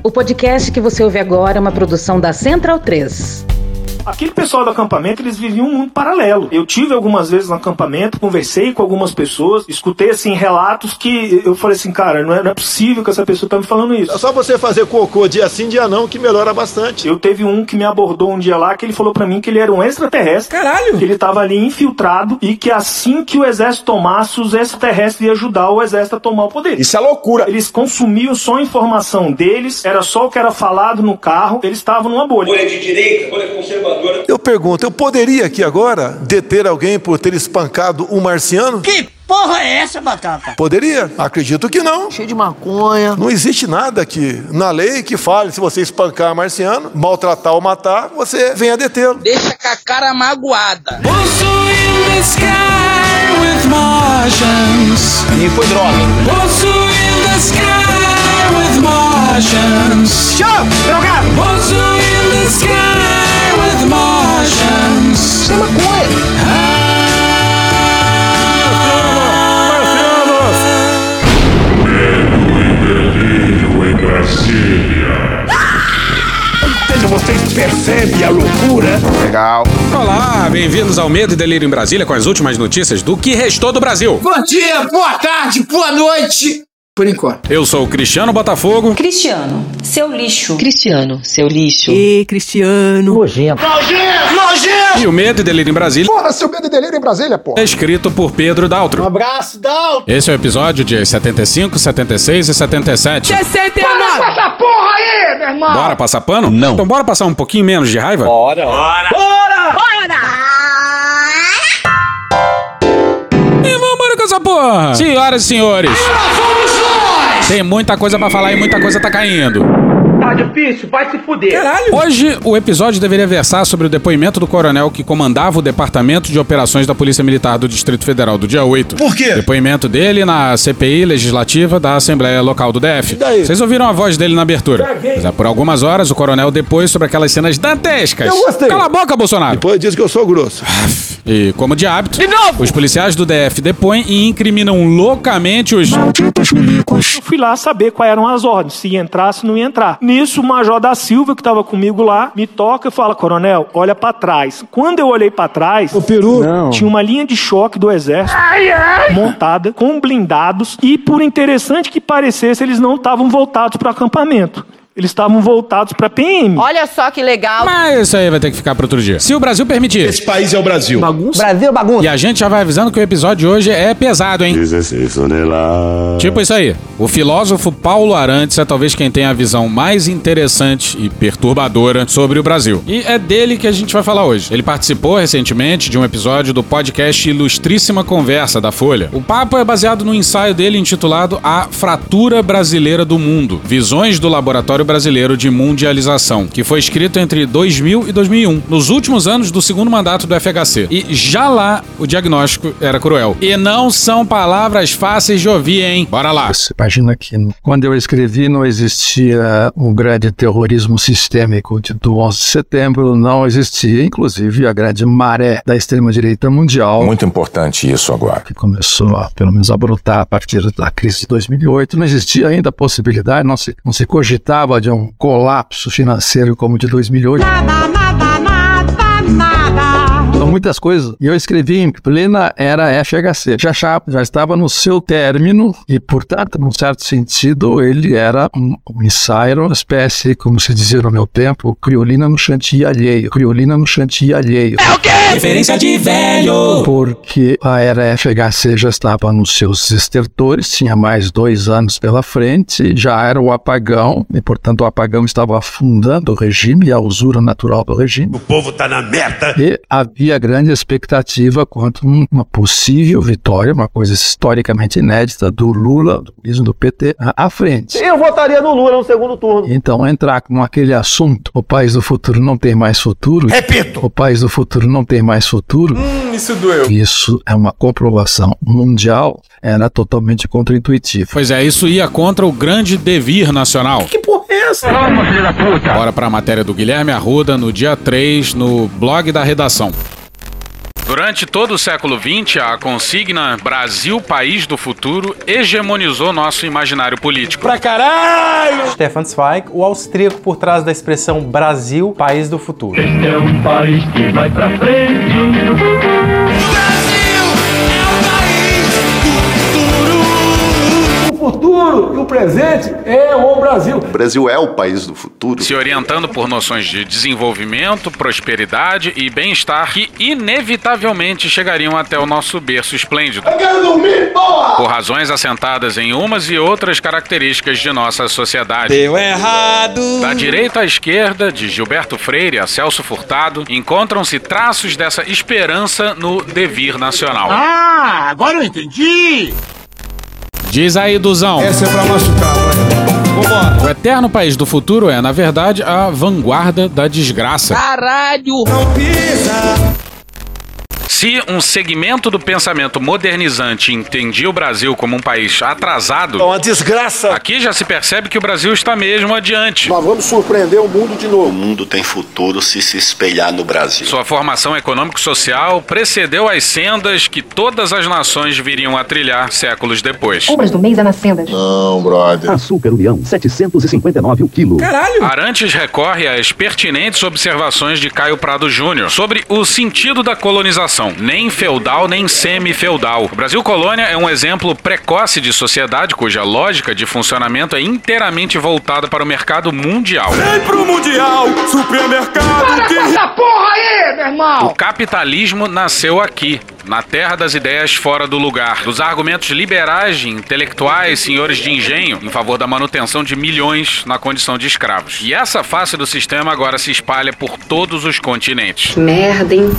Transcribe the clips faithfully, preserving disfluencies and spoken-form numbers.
O podcast que você ouve agora é uma produção da Central três. Aquele pessoal do acampamento, eles viviam um mundo paralelo. Eu tive algumas vezes no acampamento, conversei com algumas pessoas, escutei, assim, relatos que eu falei assim, cara, não é, não é possível que essa pessoa tá me falando isso. É só você fazer cocô dia sim, dia não, que melhora bastante. Eu teve um que me abordou um dia lá, que ele falou pra mim que ele era um extraterrestre. Caralho! Que ele tava ali infiltrado e que assim que o exército tomasse, os extraterrestres iam ajudar o exército a tomar o poder. Isso é loucura! Eles consumiam só a informação deles, era só o que era falado no carro, eles estavam numa bolha. Bolha de direita, bolha conservadora. Eu pergunto, eu poderia aqui agora deter alguém por ter espancado um marciano? Que porra é essa, Batata? Poderia? Acredito que não. Cheio de maconha. Não existe nada aqui na lei que fale se você espancar marciano, maltratar ou matar, você venha detê-lo. Deixa com a cara magoada. E foi droga. Show! Drogado! Isso é maconha. Vocês percebem a loucura? Legal. Olá, bem-vindos ao Medo e Delírio em Brasília com as últimas notícias do que restou do Brasil. Bom dia, boa tarde, boa noite. Por enquanto. Eu sou o Cristiano Botafogo. Cristiano, seu lixo. Cristiano, seu lixo. E Cristiano. Nojento. Nojento. Nojento. E o Medo e Delírio em Brasília. Porra, seu Medo e Delírio em Brasília, porra. É escrito por Pedro Daltro. Um abraço, Daltro. Esse é o episódio de setenta e cinco, setenta e seis e setenta e sete. sessenta e nove. Bora essa porra aí, meu irmão. Bora passar pano? Não. Então bora passar um pouquinho menos de raiva? Bora. Bora. Bora. Bora! E vambora com essa porra. Senhoras e senhores. Tem muita coisa pra falar e muita coisa tá caindo. Tá difícil, vai se fuder. Caralho. Hoje, o episódio deveria versar sobre o depoimento do coronel que comandava o Departamento de Operações da Polícia Militar do Distrito Federal do dia oito. Por quê? Depoimento dele na C P I legislativa da Assembleia Local do D F. E daí? Vocês ouviram a voz dele na abertura. Mas é, por algumas horas, o coronel depôs sobre aquelas cenas dantescas. Eu gostei. Cala a boca, Bolsonaro. Depois diz que eu sou grosso. E, como de hábito, de novo, os policiais do D F depõem e incriminam loucamente os malditos milicos. Eu fui lá saber quais eram as ordens, se ia entrar, se não ia entrar. Nisso, o Major da Silva, que estava comigo lá, me toca e fala, coronel, olha pra trás. Quando eu olhei pra trás, O peru? Não. Tinha uma linha de choque do exército ai, ai. montada, com blindados, e por interessante que parecesse, eles não estavam voltados para o acampamento. Eles estavam voltados para P M. Olha só que legal. Mas isso aí vai ter que ficar para outro dia. Se o Brasil permitir. Esse país é o Brasil. Bagunça. Brasil bagunça. E a gente já vai avisando que o episódio de hoje é pesado, hein? Tipo isso aí. O filósofo Paulo Arantes é talvez quem tem a visão mais interessante e perturbadora sobre o Brasil. E é dele que a gente vai falar hoje. Ele participou recentemente de um episódio do podcast Ilustríssima Conversa da Folha. O papo é baseado no ensaio dele intitulado A Fratura Brasileira do Mundo. Visões do Laboratório Brasileiro de Mundialização, que foi escrito entre dois mil e dois mil e um, nos últimos anos do segundo mandato do F H C. E já lá, o diagnóstico era cruel. E não são palavras fáceis de ouvir, hein? Bora lá. Você imagina que quando eu escrevi não existia o grande terrorismo sistêmico de, do onze de setembro, não existia, inclusive, a grande maré da extrema-direita mundial. Muito importante isso agora. Que começou, a, pelo menos, a brotar a partir da crise de dois mil e oito. Não existia ainda a possibilidade, não se, não se cogitava de um colapso financeiro como o de dois mil e oito. Nada, nada, nada, nada. São muitas coisas. E eu escrevi em plena era F H C. Já, já, já estava no seu término e, portanto, num certo sentido, ele era um, um ensaio, uma espécie, como se dizia no meu tempo, criolina no chantilly alheio. Criolina no chantilly alheio. É o quê? Referência de velho! Porque a era F H C já estava nos seus estertores, tinha mais dois anos pela frente, já era o apagão, e, portanto, o apagão estava afundando o regime e a usura natural do regime. O povo tá na merda. E havia grande expectativa quanto a uma possível vitória, uma coisa historicamente inédita, do Lula, do mesmo do P T, à frente. Eu votaria no Lula no segundo turno. Então, entrar com aquele assunto, o país do futuro não tem mais futuro. Repito! O país do futuro não tem mais futuro. Hum, isso doeu. Isso é uma comprovação mundial, era totalmente contraintuitivo. Pois é, isso ia contra o grande devir nacional. Que porra é essa? Calma, filho da puta. Bora pra matéria do Guilherme Arruda no dia três, no blog da redação. Durante todo o século vinte, a consigna Brasil, país do futuro, hegemonizou nosso imaginário político. Pra caralho! Stefan Zweig, o austríaco por trás da expressão Brasil, país do futuro. Este é um país que vai pra frente. O futuro e o presente é o Brasil. O Brasil é o país do futuro. Se orientando por noções de desenvolvimento, prosperidade e bem-estar que inevitavelmente chegariam até o nosso berço esplêndido. Eu quero dormir, porra! Por razões assentadas em umas e outras características de nossa sociedade. Deu errado! Da direita à esquerda, de Gilberto Freire a Celso Furtado, encontram-se traços dessa esperança no devir nacional. Ah, agora eu entendi! Diz aí, Duzão. Essa é pra machucar, vambora. O eterno país do futuro é, na verdade, a vanguarda da desgraça. Caralho! Não pisa! Se um segmento do pensamento modernizante entendia o Brasil como um país atrasado, É uma desgraça. aqui já se percebe que o Brasil está mesmo adiante. Nós vamos surpreender o mundo de O novo. mundo tem futuro se se espelhar no Brasil. Sua formação econômico-social precedeu as sendas que todas as nações viriam a trilhar séculos depois. Compras do mês é nas sendas. Não, brother. Açúcar União, setecentos e cinquenta e nove o quilo. Caralho! Arantes recorre às pertinentes observações de Caio Prado Júnior sobre o sentido da colonização, nem feudal nem semi-feudal. O Brasil Colônia é um exemplo precoce de sociedade cuja lógica de funcionamento é inteiramente voltada para o mercado mundial. Vem pro Mundial, supermercado que... Essa porra aí, meu irmão! O capitalismo nasceu aqui, na terra das ideias fora do lugar, dos argumentos liberais de intelectuais, senhores de engenho, em favor da manutenção de milhões na condição de escravos. E essa face do sistema agora se espalha por todos os continentes. Merda, hein?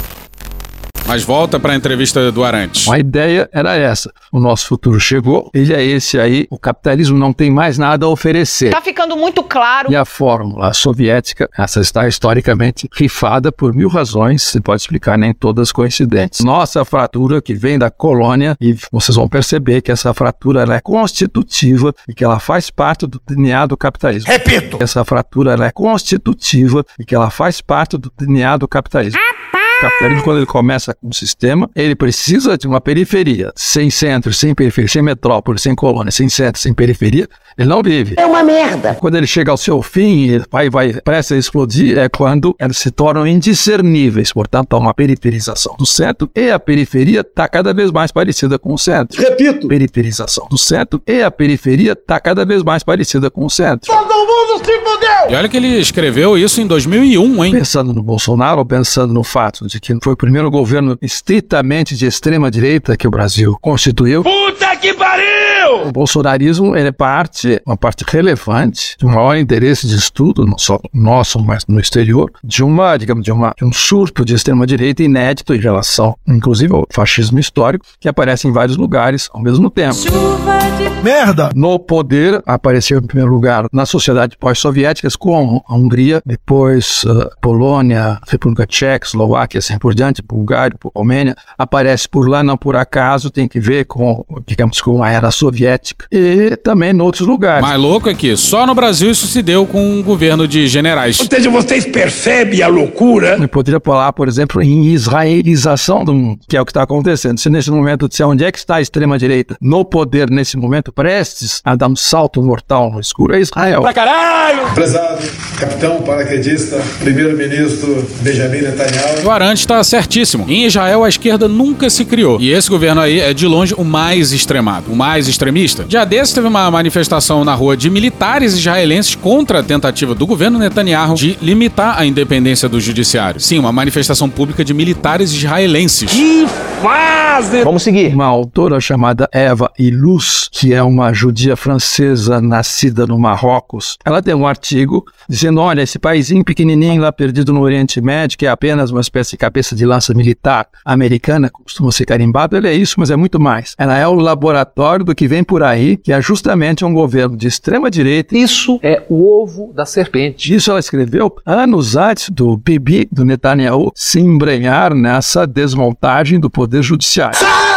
Mas volta para a entrevista do Arantes. A ideia era essa. O nosso futuro chegou, ele é esse aí. O capitalismo não tem mais nada a oferecer. Tá ficando muito claro. E a fórmula soviética, essa está historicamente rifada por mil razões, se pode explicar, nem todas coincidentes. Nossa fratura que vem da colônia, e vocês vão perceber que essa fratura ela é constitutiva e que ela faz parte do D N A do capitalismo. Repito! Essa fratura ela é constitutiva e que ela faz parte do D N A do capitalismo. O capitalismo, quando ele começa com um sistema, ele precisa de uma periferia. Sem centro, sem periferia, sem metrópole, sem colônia, sem centro, sem periferia, ele não vive. É uma merda. Quando ele chega ao seu fim e vai, vai, prestes a explodir, é quando eles se tornam indiscerníveis. Portanto, há uma periferização do centro e a periferia está cada vez mais parecida com o centro. Repito. Periferização do centro e a periferia está cada vez mais parecida com o centro. Todo mundo se fudeu! E olha que ele escreveu isso em dois mil e um, hein? Pensando no Bolsonaro ou pensando no fato de que foi o primeiro governo estritamente de extrema-direita que o Brasil constituiu. Puta que pariu! O bolsonarismo ele é parte, uma parte relevante, de um maior interesse de estudo, não só nosso, mas no exterior, de uma, digamos, de, uma, de um surto de extrema-direita inédito em relação, inclusive, ao fascismo histórico, que aparece em vários lugares ao mesmo tempo. Chuva de... Merda! No poder, apareceu em primeiro lugar nas sociedades pós-soviéticas, como a Hungria, depois uh, Polônia, República Tcheca, Eslováquia, assim por diante, Bulgária, Romênia, aparece por lá, não por acaso, tem que ver com, digamos, com a era soviética e também em outros lugares. Mais louco é que só no Brasil isso se deu com um governo de generais. Ou seja, vocês percebem a loucura? Eu poderia falar, por exemplo, em israelização do mundo, que é o que está acontecendo. Se nesse momento disser onde é que está a extrema-direita no poder, nesse momento, prestes a dar um salto mortal no escuro, é Israel. Pra caralho! Prezado, capitão paraquedista, primeiro-ministro Benjamin Netanyahu. O Arantes está certíssimo. Em Israel, a esquerda nunca se criou. E esse governo aí é, de longe, o mais extremado, o mais extremista. Já desse, teve uma manifestação na rua de militares israelenses contra a tentativa do governo Netanyahu de limitar a independência do judiciário. Sim, uma manifestação pública de militares israelenses. Que fase! Vamos seguir. Uma autora chamada Eva Illouz, que é uma judia francesa nascida no Marrocos, ela tem um artigo dizendo, olha, esse paizinho pequenininho lá perdido no Oriente Médio, que é apenas uma espécie de cabeça de lança militar americana, costuma ser carimbado, ele é isso, mas é muito mais. Ela é o laboratório do que vem por aí, que é justamente um governo de extrema-direita. Isso é o ovo da serpente. Isso ela escreveu anos antes do Bibi, do Netanyahu, se embrenhar nessa desmontagem do poder judiciário.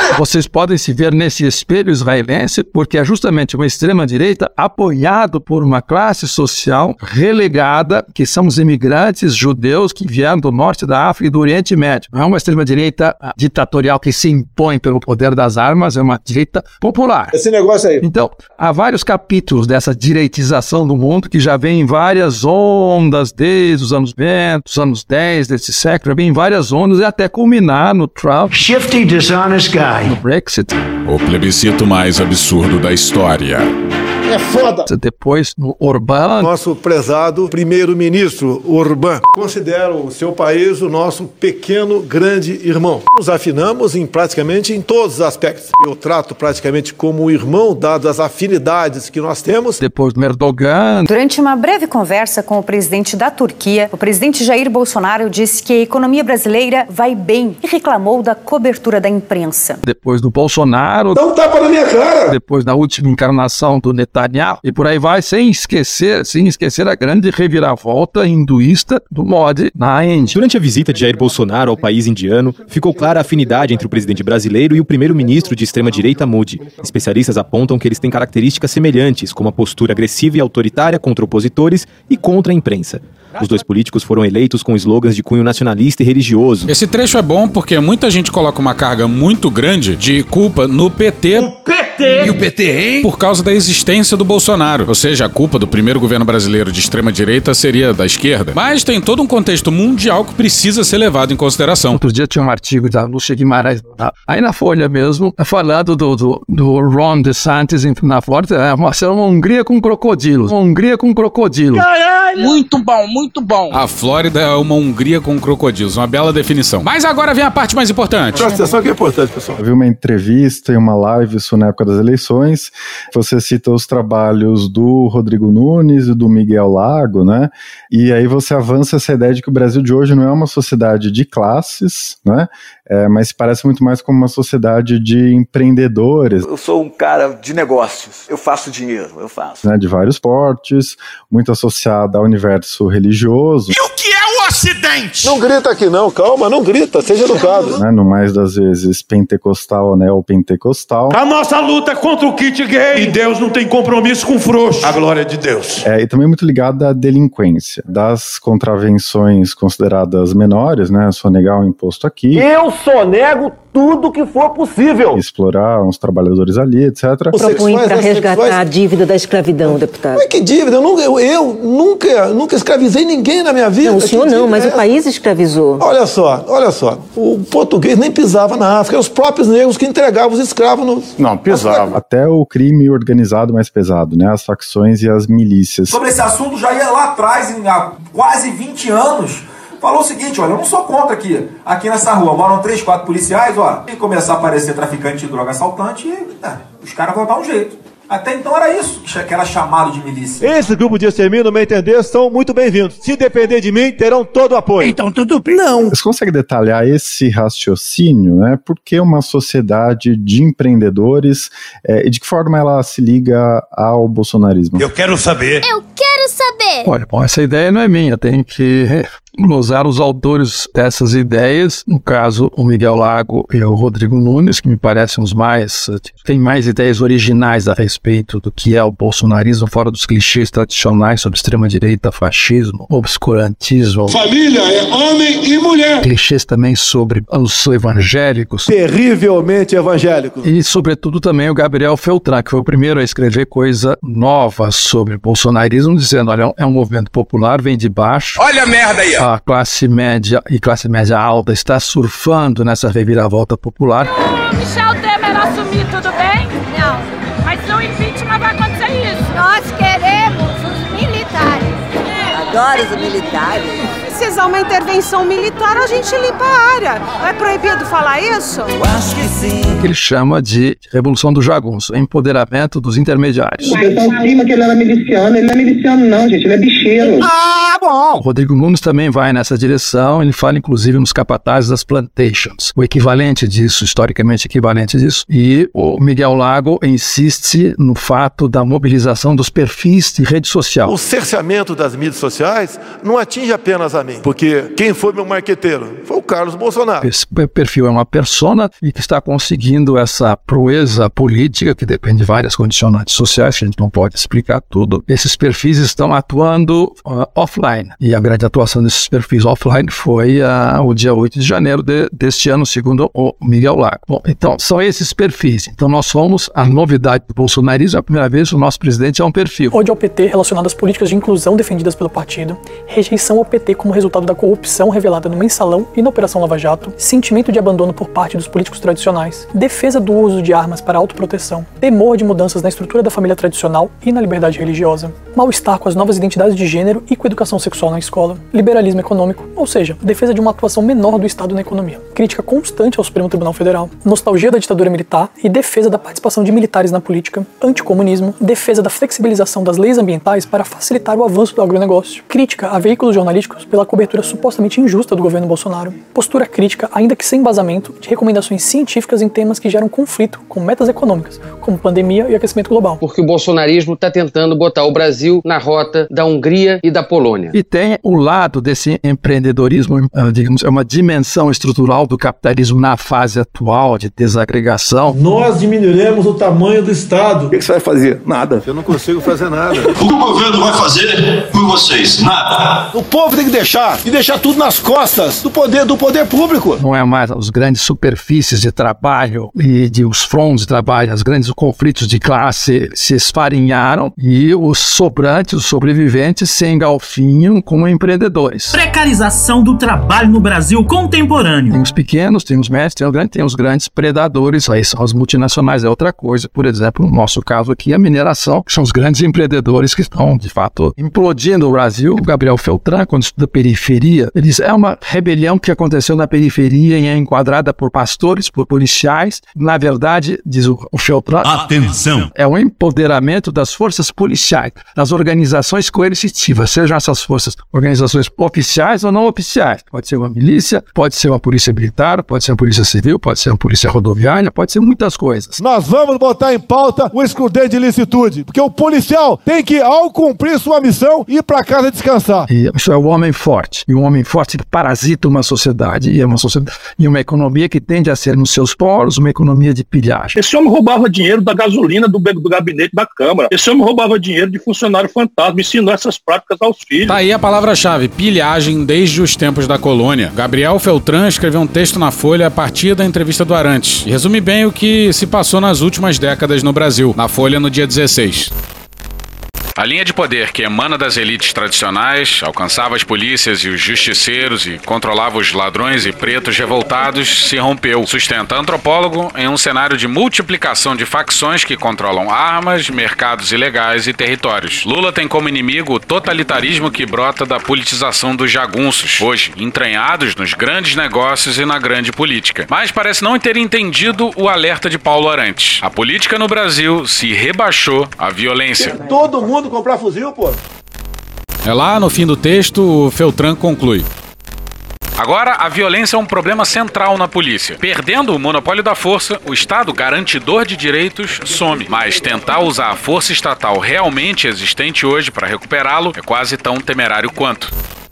Vocês podem se ver nesse espelho israelense porque é justamente uma extrema-direita apoiado por uma classe social relegada, que são os imigrantes judeus que vieram do norte da África e do Oriente Médio. Não é uma extrema-direita ditatorial que se impõe pelo poder das armas, é uma direita popular. Esse negócio aí. Então, há vários capítulos dessa direitização do mundo que já vem em várias ondas, desde os anos vinte, os anos dez desse século, já vem em várias ondas e até culminar no Trump. Shifty, dishonest guy. No Brexit. O plebiscito mais absurdo da história. É foda. Depois, no Orbán. Nosso prezado primeiro-ministro Orbán considera o seu país o nosso pequeno grande irmão. Nos afinamos em praticamente em todos os aspectos. Eu trato praticamente como irmão, dadas as afinidades que nós temos. Depois do Erdogan. Durante uma breve conversa com o presidente da Turquia, o presidente Jair Bolsonaro disse que a economia brasileira vai bem e reclamou da cobertura da imprensa. Depois do Bolsonaro. Dá um tapa na minha cara. Depois da última encarnação do Netanyahu. E por aí vai, sem esquecer, sem esquecer a grande reviravolta hinduísta do Modi na Índia. Durante a visita de Jair Bolsonaro ao país indiano, ficou clara a afinidade entre o presidente brasileiro e o primeiro-ministro de extrema-direita Modi. Especialistas apontam que eles têm características semelhantes, como a postura agressiva e autoritária contra opositores e contra a imprensa. Os dois políticos foram eleitos com slogans de cunho nacionalista e religioso. Esse trecho é bom porque muita gente coloca uma carga muito grande de culpa no P T. O P T! E o P T, hein? Por causa da existência do Bolsonaro. Ou seja, a culpa do primeiro governo brasileiro de extrema-direita seria da esquerda. Mas tem todo um contexto mundial que precisa ser levado em consideração. Outro dia tinha um artigo da Lúcia Guimarães, aí na Folha mesmo, falando do, do, do Ron DeSantis na Flórida, é uma, uma Hungria com crocodilos. Uma Hungria com crocodilos. Caralho! Muito bom, muito bom. A Flórida é uma Hungria com crocodilos, uma bela definição. Mas agora vem a parte mais importante. Presta atenção que é importante, pessoal. Eu vi uma entrevista e uma live, isso na época das eleições, você cita os trabalhos do Rodrigo Nunes e do Miguel Lago, né? E aí você avança essa ideia de que o Brasil de hoje não é uma sociedade de classes, né? É, mas parece muito mais como uma sociedade de empreendedores. Eu sou um cara de negócios, eu faço dinheiro, eu faço. Né, de vários portes, muito associada ao universo religioso. E o que é o Ocidente? Não grita aqui não, calma, não grita, seja educado. Né, no mais das vezes pentecostal, né, ou pentecostal. A nossa luta é contra o kit gay. E Deus não tem compromisso com frouxo. A glória de Deus. É, e também muito ligada à delinquência. Das contravenções consideradas menores, né, sonegar o imposto aqui. Eu sonego tudo que for possível. Explorar uns trabalhadores ali, etcétera. Propõe para resgatar a dívida da escravidão, deputado. Mas que dívida? Eu, nunca, eu, eu nunca, nunca escravizei ninguém na minha vida. Não, o senhor que não, mas é o país escravizou. Olha só, olha só. O português nem pisava na África, eram os próprios negros que entregavam os escravos no... Não, pisava. Até o crime organizado mais pesado, né? As facções e as milícias. Sobre esse assunto, já ia lá atrás, há quase vinte anos, falou o seguinte, olha, eu não sou contra aqui, aqui nessa rua, moram três, quatro policiais, ó, e começar a aparecer traficante de droga, assaltante, e é, os caras vão dar um jeito. Até então era isso, que era chamado de milícia. Esse grupo de extermínio, no meu entender, são muito bem-vindos. Se depender de mim, terão todo o apoio. Então tudo bem. Não. Você consegue detalhar esse raciocínio, né? Por que uma sociedade de empreendedores, é, e de que forma ela se liga ao bolsonarismo? Eu quero saber. Eu quero saber. Olha, bom, essa ideia não é minha, tem que glosar os autores dessas ideias, no caso o Miguel Lago e o Rodrigo Nunes, que me parecem os mais, têm mais ideias originais a respeito do que é o bolsonarismo, fora dos clichês tradicionais sobre extrema-direita, fascismo, obscurantismo. Família é homem e mulher. Clichês também sobre os evangélicos. Terrivelmente evangélicos. E, sobretudo, também o Gabriel Feltran, que foi o primeiro a escrever coisa nova sobre bolsonarismo, dizendo, olha, é um movimento popular, vem de baixo. Olha a merda aí, ó. A classe média e classe média alta está surfando nessa reviravolta popular. Michel Temer assumir, tudo bem? Não. Mas no impeachment vai acontecer isso. Nós queremos os militares. Adoro os militares. Se precisar uma intervenção militar, a gente limpa a área. É proibido falar isso? Eu acho que sim. Que ele chama de Revolução do Jagunço, empoderamento dos intermediários. O pessoal estima que ele era miliciano. Ele não é miliciano não, gente. Ele é bicheiro. Ah, bom! O Rodrigo Nunes também vai nessa direção. Ele fala, inclusive, nos capatazes das plantations. O equivalente disso, historicamente equivalente disso. E o Miguel Lago insiste no fato da mobilização dos perfis de rede social. O cerceamento das mídias sociais não atinge apenas a mim, porque quem foi meu marqueteiro? Foi o Carlos Bolsonaro. Esse perfil é uma persona e que está conseguindo essa proeza política, que depende de várias condicionantes sociais, que a gente não pode explicar tudo. Esses perfis estão atuando uh, offline, e a grande atuação desses perfis offline foi uh, o dia oito de janeiro de, deste ano, segundo o Miguel Lago. Bom, então, são esses perfis. Então, nós somos a novidade do bolsonarismo, a primeira vez o nosso presidente é um perfil. Ódio ao P T relacionado às políticas de inclusão defendidas pelo partido, rejeição ao P T como resultado da corrupção revelada no Mensalão e na Operação Lava Jato, sentimento de abandono por parte dos políticos tradicionais, defesa do uso de armas para autoproteção, temor de mudanças na estrutura da família tradicional e na liberdade religiosa, mal-estar com as novas identidades de gênero e com a educação sexual na escola, liberalismo econômico, ou seja, defesa de uma atuação menor do Estado na economia, crítica constante ao Supremo Tribunal Federal, nostalgia da ditadura militar e defesa da participação de militares na política, anticomunismo, defesa da flexibilização das leis ambientais para facilitar o avanço do agronegócio, crítica a veículos jornalísticos pela cobertura supostamente injusta do governo Bolsonaro, postura crítica, ainda que sem embasamento, de recomendações científicas em temas que geram conflito com metas econômicas, como pandemia e aquecimento global. Porque o bolsonarismo está tentando botar o Brasil na rota da Hungria e da Polônia. E tem o lado desse empreendedorismo, digamos, é uma dimensão estrutural do capitalismo na fase atual de desagregação. Nós diminuiremos o tamanho do Estado. O que você vai fazer? Nada. Eu não consigo fazer nada. O que o governo vai fazer por vocês? Nada. O povo tem que deixar, e deixar tudo nas costas do poder, do poder público. Não é mais os grandes superfícies de trabalho e de os fronts de trabalho, os grandes conflitos de classe se esfarinharam e os sobrantes, os sobreviventes se engalfinham como empreendedores. Precarização do trabalho no Brasil contemporâneo. Tem os pequenos, tem os médios, tem os grandes, tem os grandes predadores, aí são as multinacionais, é outra coisa. Por exemplo, no nosso caso aqui, a mineração, que são os grandes empreendedores que estão, de fato, implodindo o Brasil. O Gabriel Feltran, quando estuda periferia, ele diz, é uma rebelião que aconteceu na periferia e é enquadrada por pastores, por policiais. Na verdade, diz o, o Feltran, atenção, é o empoderamento das forças policiais, das organizações coercitivas, sejam essas forças organizações oficiais ou não oficiais. Pode ser uma milícia, pode ser uma polícia militar, pode ser uma polícia civil, pode ser uma polícia rodoviária, pode ser muitas coisas. Nós vamos botar em pauta o excludente de licitude, porque o policial tem que, ao cumprir sua missão, ir para casa descansar. E isso é o homem forte, e um homem forte que parasita uma sociedade, e é uma sociedade, e uma economia que tende a ser nos seus polos uma economia de pilhagem. Esse homem roubava dinheiro da gasolina do, do gabinete da Câmara. Esse homem roubava dinheiro de funcionário fantasma, ensinou essas práticas aos filhos. Tá aí a palavra-chave, pilhagem desde os tempos da colônia. Gabriel Feltran escreveu um texto na Folha a partir da entrevista do Arantes e resume bem o que se passou nas últimas décadas no Brasil, na Folha no dia dezesseis. A linha de poder que emana das elites tradicionais alcançava as polícias e os justiceiros e controlava os ladrões e pretos revoltados se rompeu, sustenta antropólogo, em um cenário de multiplicação de facções que controlam armas, mercados ilegais e territórios. Lula tem como inimigo o totalitarismo que brota da politização dos jagunços, hoje entranhados nos grandes negócios e na grande política. Mas parece não ter entendido o alerta de Paulo Arantes. A política no Brasil se rebaixou à violência. Todo mundo comprar fuzil, pô. É lá no fim do texto, o Feltran conclui. Agora, a violência é um problema central na polícia. Perdendo o monopólio da força, o Estado garantidor de direitos some. Mas tentar usar a força estatal realmente existente hoje para recuperá-lo é quase tão temerário quanto.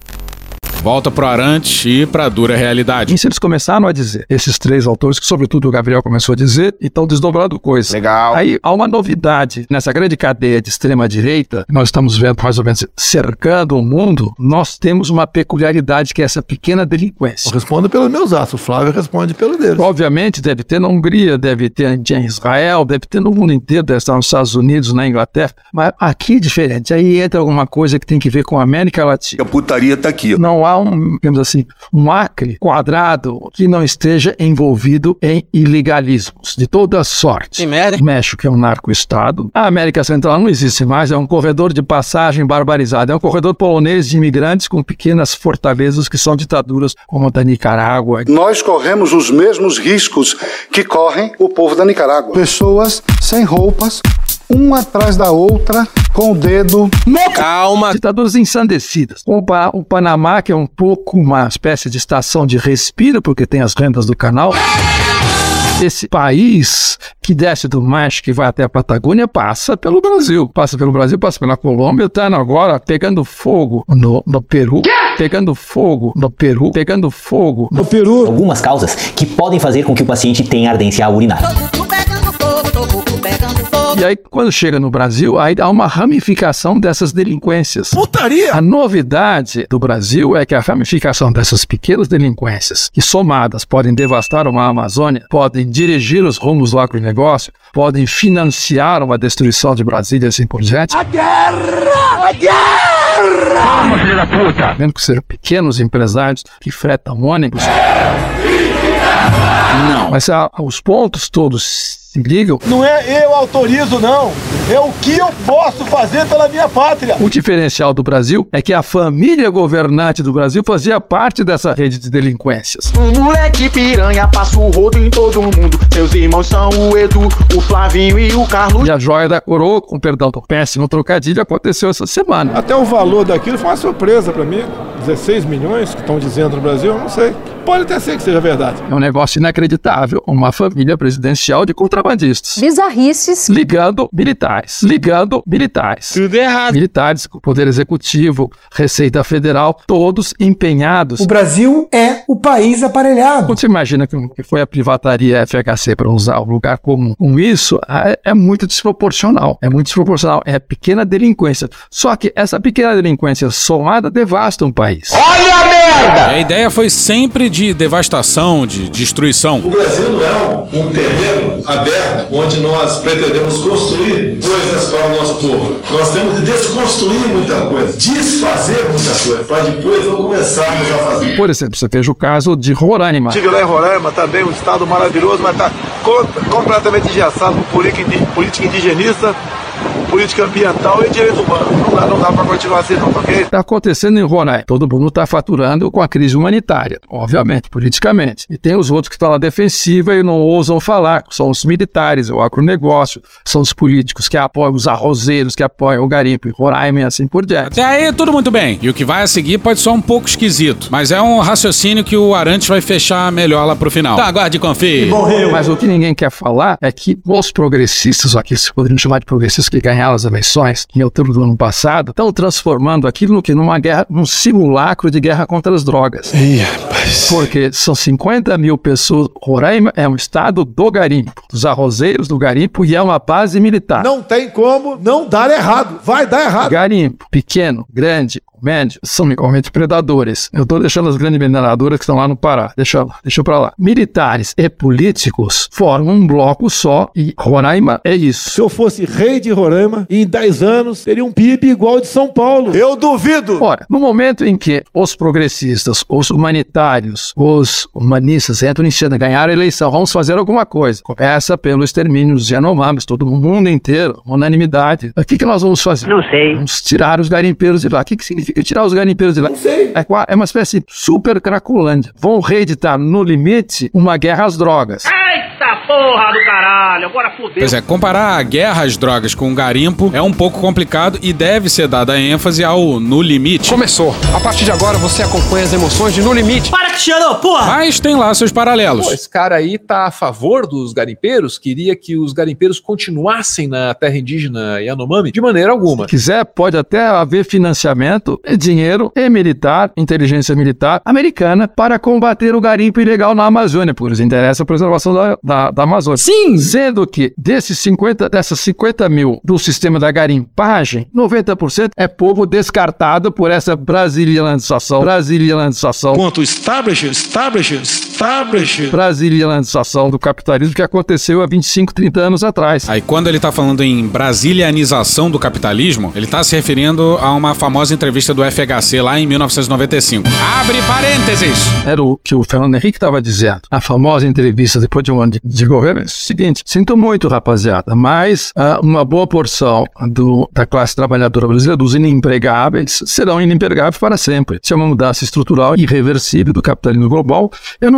Volta pro Arantes e pra dura realidade. Isso eles começaram a dizer. Esses três autores, que sobretudo o Gabriel começou a dizer, e estão desdobrando coisas. Legal. Aí há uma novidade. Nessa grande cadeia de extrema-direita, nós estamos vendo mais ou menos cercando o mundo, nós temos uma peculiaridade que é essa pequena delinquência. Eu respondo pelos meus atos, o Flávio responde pelo deles. Obviamente deve ter na Hungria, deve ter em Israel, deve ter no mundo inteiro, deve estar nos Estados Unidos, na Inglaterra, mas aqui é diferente. Aí entra alguma coisa que tem que ver com a América Latina. A putaria tá aqui. Não há um, digamos assim, um acre quadrado que não esteja envolvido em ilegalismos de toda sorte. Que merda. O México é um narco-estado. A América Central não existe mais, é um corredor de passagem barbarizado. É um corredor polonês de imigrantes com pequenas fortalezas que são ditaduras como a da Nicarágua. Nós corremos os mesmos riscos que correm o povo da Nicarágua. Pessoas sem roupas, uma atrás da outra, com o dedo no... Calma. Ditaduras ensandecidas. O, pa o Panamá, que é um pouco uma espécie de estação de respiro, porque tem as rendas do canal. Esse país que desce do México e vai até a Patagônia passa pelo Brasil. Passa pelo Brasil, passa pela Colômbia, tá agora pegando fogo no, no Peru. Pegando fogo no Peru. Pegando fogo no Peru. Algumas causas que podem fazer com que o paciente tenha ardência urinária. E aí, quando chega no Brasil, aí há uma ramificação dessas delinquências. Putaria! A novidade do Brasil é que a ramificação dessas pequenas delinquências, que somadas podem devastar uma Amazônia, podem dirigir os rumos do agronegócio, podem financiar uma destruição de Brasília e assim por diante. A guerra! A guerra! Vamos, filho da puta! Mesmo que sejam pequenos empresários que fretam ônibus. Não. Mas ah, os pontos todos se ligam. Não é eu autorizo, não. É o que eu posso fazer pela minha pátria. O diferencial do Brasil é que a família governante do Brasil fazia parte dessa rede de delinquências. O moleque piranha passa o rodo em todo mundo. Seus irmãos são o Edu, o Flavinho e o Carlos. E a joia da coroa, com perdão do péssimo trocadilho, aconteceu essa semana. Até o valor daquilo foi uma surpresa pra mim. dezesseis milhões que estão dizendo no Brasil, eu não sei. Pode até ser que seja verdade. É um negócio inacreditável. Uma família presidencial de contrabandistas. Bizarrices. Ligando militares. Ligando militares. Tudo errado. Militares, Poder Executivo, Receita Federal, todos empenhados. O Brasil é o país aparelhado. Quando você imagina que foi a privataria F H C para usar o lugar comum com isso, é, é muito desproporcional. É muito desproporcional. É pequena delinquência. Só que essa pequena delinquência somada devasta um país. Olha a merda! A ideia foi sempre de devastação, de destruição. O Brasil não é um, um terreno aberto onde nós pretendemos construir coisas para o nosso povo. Nós temos que desconstruir muita coisa, desfazer muita coisa, para depois não começarmos a fazer. Por exemplo, você veja o caso de Roraima. Estive lá em Roraima, também um estado maravilhoso, mas está completamente engessado por política indigenista, política ambiental e direito humano. Não dá, não dá para continuar assim, não, ok? Está acontecendo em Roraima. Todo mundo está faturando com a crise humanitária, obviamente, politicamente. E tem os outros que estão na defensiva e não ousam falar. São os militares, o agronegócio, são os políticos que apoiam os arrozeiros, que apoiam o garimpo em Roraima e assim por diante. Até aí, tudo muito bem. E o que vai a seguir pode ser um pouco esquisito, mas é um raciocínio que o Arantes vai fechar melhor lá pro final. Tá, aguarde e confie. Mas o que ninguém quer falar é que os progressistas, aqui se poderiam chamar de progressistas que ganharam as eleições em outubro do ano passado, estão transformando aquilo no que numa guerra, num simulacro de guerra contra as drogas. Ih, rapaz. Porque são cinquenta mil pessoas. Roraima é um estado do garimpo, dos arrozeiros do garimpo, e é uma base militar. Não tem como não dar errado. Vai dar errado. Garimpo, pequeno, grande, médio, são igualmente predadores. Eu tô deixando as grandes mineradoras que estão lá no Pará. Deixa, deixa pra lá. Militares e políticos formam um bloco só e Roraima é isso. Se eu fosse rei de Roraima, em dez anos, teria um P I B igual ao de São Paulo. Eu duvido! Ora, no momento em que os progressistas, os humanitários, os humanistas entram em cena, ganharam a eleição, vamos fazer alguma coisa. Começa pelo extermínio dos Yanomamis, todo mundo inteiro, unanimidade. O que, que nós vamos fazer? Não sei. Vamos tirar os garimpeiros de lá. O que, que significa tirar os garimpeiros de lá? Não sei. É, é uma espécie de super Cracolândia. Vão reeditar no limite uma guerra às drogas. Eita porra do caralho, agora fudeu. Pois é, comparar a guerra às drogas com o garimpo é um pouco complicado e deve ser dada ênfase ao No Limite. Começou. A partir de agora você acompanha as emoções de No Limite. Para, Cristiano, porra! Mas tem lá seus paralelos. Pô, esse cara aí tá a favor dos garimpeiros, queria que os garimpeiros continuassem na terra indígena Yanomami de maneira alguma. Se quiser, pode até haver financiamento, dinheiro e militar, inteligência militar americana para combater o garimpo ilegal na Amazônia, porque eles interessam a preservação da, da, da Amazônia. Sim! Sendo que desses cinquenta, dessas cinquenta mil do sistema da garimpagem, noventa por cento é povo descartado por essa brasilianização. Brasilianização. Ponto establish, establish, establish. Brasilianização do capitalismo que aconteceu há vinte e cinco, trinta anos atrás. Aí quando ele tá falando em brasilianização do capitalismo, ele tá se referindo a uma famosa entrevista do F H C lá em mil novecentos e noventa e cinco. Abre parênteses! Era o que o Fernando Henrique estava dizendo. A famosa entrevista depois de um ano de, de governo é o seguinte: sinto muito, rapaziada, mas uh, uma boa porção do, da classe trabalhadora brasileira, dos inempregáveis, serão inempregáveis para sempre. Se é uma mudança estrutural irreversível do capitalismo global, eu não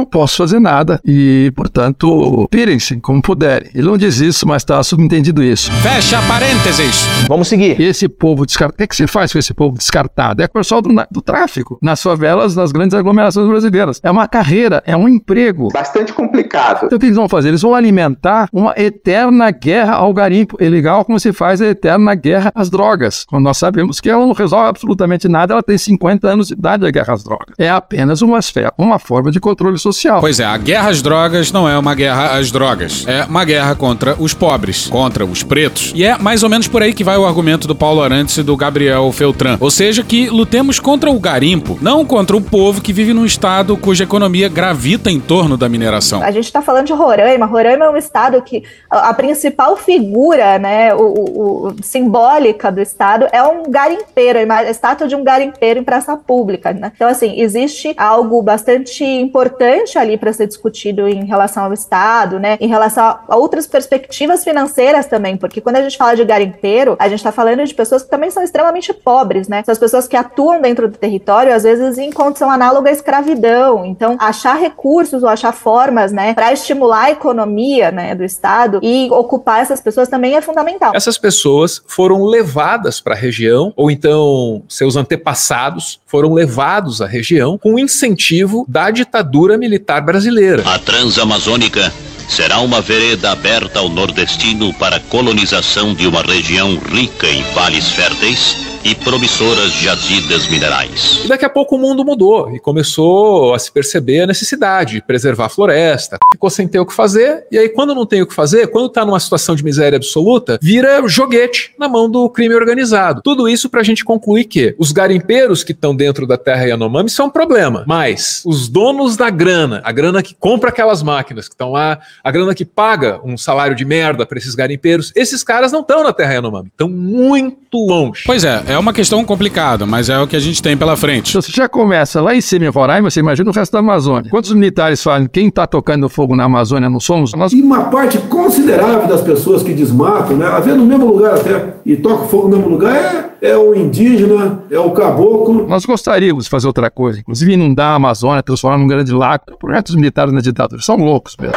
posso fazer nada e, portanto, pirem-se como puderem. Ele não diz isso, mas está subentendido isso. Fecha parênteses. Vamos seguir. Esse povo descartado, o que, é que se faz com esse povo descartado? É o pessoal do, do tráfico, nas favelas, nas grandes aglomerações brasileiras. É uma carreira, é um emprego. Bastante complicado. Então o que eles vão fazer? Eles vão alimentar uma eterna guerra ao garimpo ilegal, como se faz a eterna guerra às drogas. Quando nós sabemos que ela não resolve absolutamente nada, ela tem cinquenta anos de idade, a guerra às drogas. É apenas uma, esfera, uma forma de controle social. Pois é, a guerra às drogas não é uma guerra às drogas. É uma guerra contra os pobres, contra os pretos. E é mais ou menos por aí que vai o argumento do Paulo Arantes e do Gabriel Feltran. Ou seja, que lutemos contra o garimpo, não contra o povo que vive num estado cuja economia gravita em torno da mineração. A gente está falando de Roraima. Roraima é um estado que a, a principal figura, né, o, o, o, simbólica do estado é um garimpeiro, a estátua de um garimpeiro em praça pública, né? Então, assim, existe algo bastante importante ali para ser discutido em relação ao estado, né, em relação a outras perspectivas financeiras também, porque quando a gente fala de garimpeiro, a gente está falando de pessoas que também são extremamente pobres, né? São as pessoas que atuam dentro do território, às vezes em condição análoga à escravidão. Então, achar recursos ou achar formas, né, para estimular a economia, né, do estado e ocupar essas pessoas também é fundamental. Essas pessoas foram levadas para a região, ou então seus antepassados foram levados à região com o incentivo da ditadura militar brasileira. A Transamazônica será uma vereda aberta ao nordestino para a colonização de uma região rica em vales férteis e promissoras jazidas minerais. E daqui a pouco o mundo mudou e começou a se perceber a necessidade de preservar a floresta. Ficou sem ter o que fazer, e aí quando não tem o que fazer, quando está numa situação de miséria absoluta, vira joguete na mão do crime organizado. Tudo isso para a gente concluir que os garimpeiros que estão dentro da terra Yanomami são um problema, mas os donos da grana, a grana que compra aquelas máquinas que estão lá, a grana que paga um salário de merda para esses garimpeiros, esses caras não estão na terra Yanomami, estão muito longe. Pois é, é uma questão complicada, mas é o que a gente tem pela frente. Você já começa lá em cima em Roraima, você imagina o resto da Amazônia. Quantos militares falam, quem está tocando fogo na Amazônia não somos nós? E uma parte considerável das pessoas que desmatam, né, às vezes no mesmo lugar até, e tocam fogo no mesmo lugar, é, é o indígena, é o caboclo. Nós gostaríamos de fazer outra coisa, inclusive inundar a Amazônia, transformar num grande lago. Projetos militares na ditadura são loucos mesmo.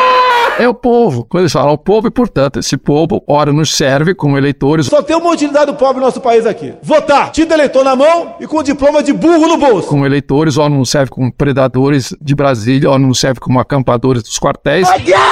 É o povo. Quando eles falam o povo, e portanto, esse povo, ora, nos serve como eleitores. Só tem uma utilidade do povo no nosso país aqui: votar, título eleitor na mão e com diploma de burro no bolso. Como eleitores, ora, nos serve como predadores de Brasília, ora, nos serve como acampadores dos quartéis.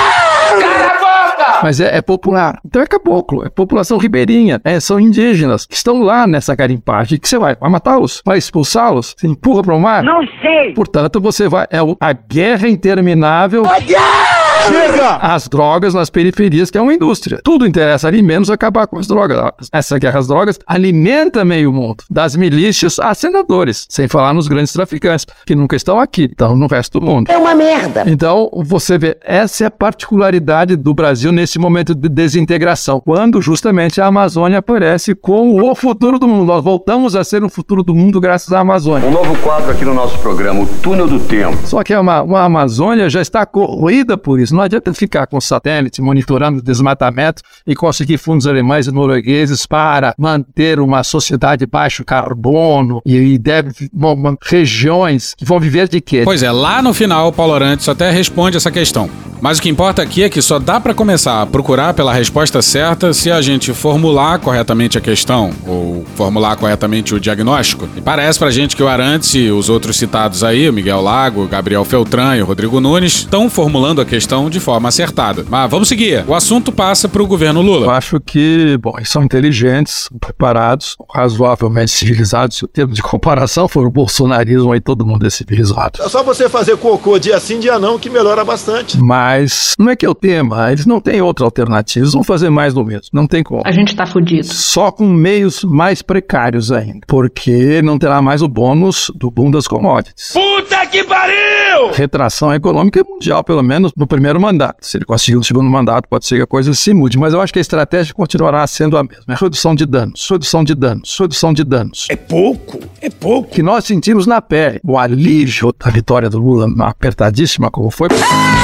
Mas é, é popular. Então é caboclo, é população ribeirinha, é, são indígenas que estão lá nessa garimpagem. Que você vai? Vai matá-los? Vai expulsá-los? Você empurra para o mar? Não sei! Portanto, você vai... É a guerra interminável... Chega! As drogas nas periferias, que é uma indústria. Tudo interessa ali, menos acabar com as drogas. Essa guerra às drogas alimenta meio mundo, das milícias a senadores, sem falar nos grandes traficantes, que nunca estão aqui, estão no resto do mundo. É uma merda! Então, você vê, essa é a particularidade do Brasil nesse momento de desintegração, quando justamente a Amazônia aparece como o futuro do mundo. Nós voltamos a ser o futuro do mundo graças à Amazônia. Um novo quadro aqui no nosso programa, o Túnel do Tempo. Só que uma, uma Amazônia já está corroída por isso. Não adianta ficar com satélite monitorando o desmatamento e conseguir fundos alemães e noruegueses para manter uma sociedade baixo carbono e, e deve, bom, regiões que vão viver de quê? Pois é, lá no final o Paulo Arantes até responde essa questão. Mas o que importa aqui é que só dá para começar a procurar pela resposta certa se a gente formular corretamente a questão ou formular corretamente o diagnóstico. E parece pra gente que o Arantes e os outros citados aí, o Miguel Lago, o Gabriel Feltran e o Rodrigo Nunes, estão formulando a questão de forma acertada. Mas vamos seguir. O assunto passa pro governo Lula. Eu acho que, bom, eles são inteligentes, preparados, razoavelmente civilizados. Se o termo de comparação for o bolsonarismo, aí todo mundo é civilizado. É só você fazer cocô dia sim, dia não, que melhora bastante. Mas não é que é o tema, eles não têm outra alternativa, eles vão fazer mais do mesmo. Não tem como. A gente tá fudido. Só com meios mais precários ainda, porque não terá mais o bônus do boom das commodities. Puta que pariu! Retração econômica mundial, pelo menos no primeiro mandato. Se ele conseguir no segundo mandato, pode ser que a coisa se mude, mas eu acho que a estratégia continuará sendo a mesma. É redução de danos, redução de danos, redução de danos. É pouco, é pouco. Que nós sentimos na pele. O alívio da vitória do Lula, apertadíssima como foi...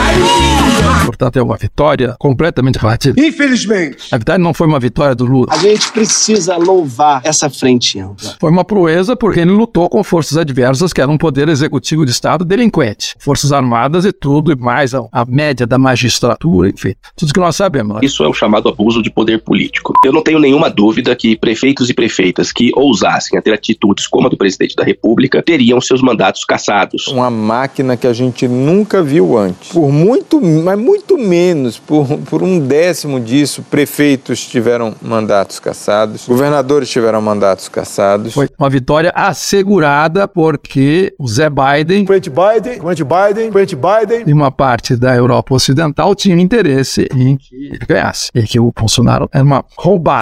Portanto, é uma vitória completamente relativa. Infelizmente. A vitória não foi uma vitória do Lula. A gente precisa louvar essa frente ampla. Foi uma proeza porque ele lutou com forças adversas, que eram um poder executivo de Estado delinquente. Forças armadas e tudo, e mais a, a média da magistratura, enfim. Tudo que nós sabemos. Né? Isso é o chamado abuso de poder político. Eu não tenho nenhuma dúvida que prefeitos e prefeitas que ousassem a ter atitudes como a do presidente da República teriam seus mandatos cassados. Uma máquina que a gente nunca viu antes. Por muito, mas muito menos, por, por um décimo disso, prefeitos tiveram mandatos cassados, governadores tiveram mandatos cassados. Foi uma vitória assegurada porque o Zé Biden, Presidente Biden, Presidente Biden, Presidente Biden e uma parte da Europa Ocidental tinha interesse em que ele ganhasse e que o Bolsonaro era uma roubada.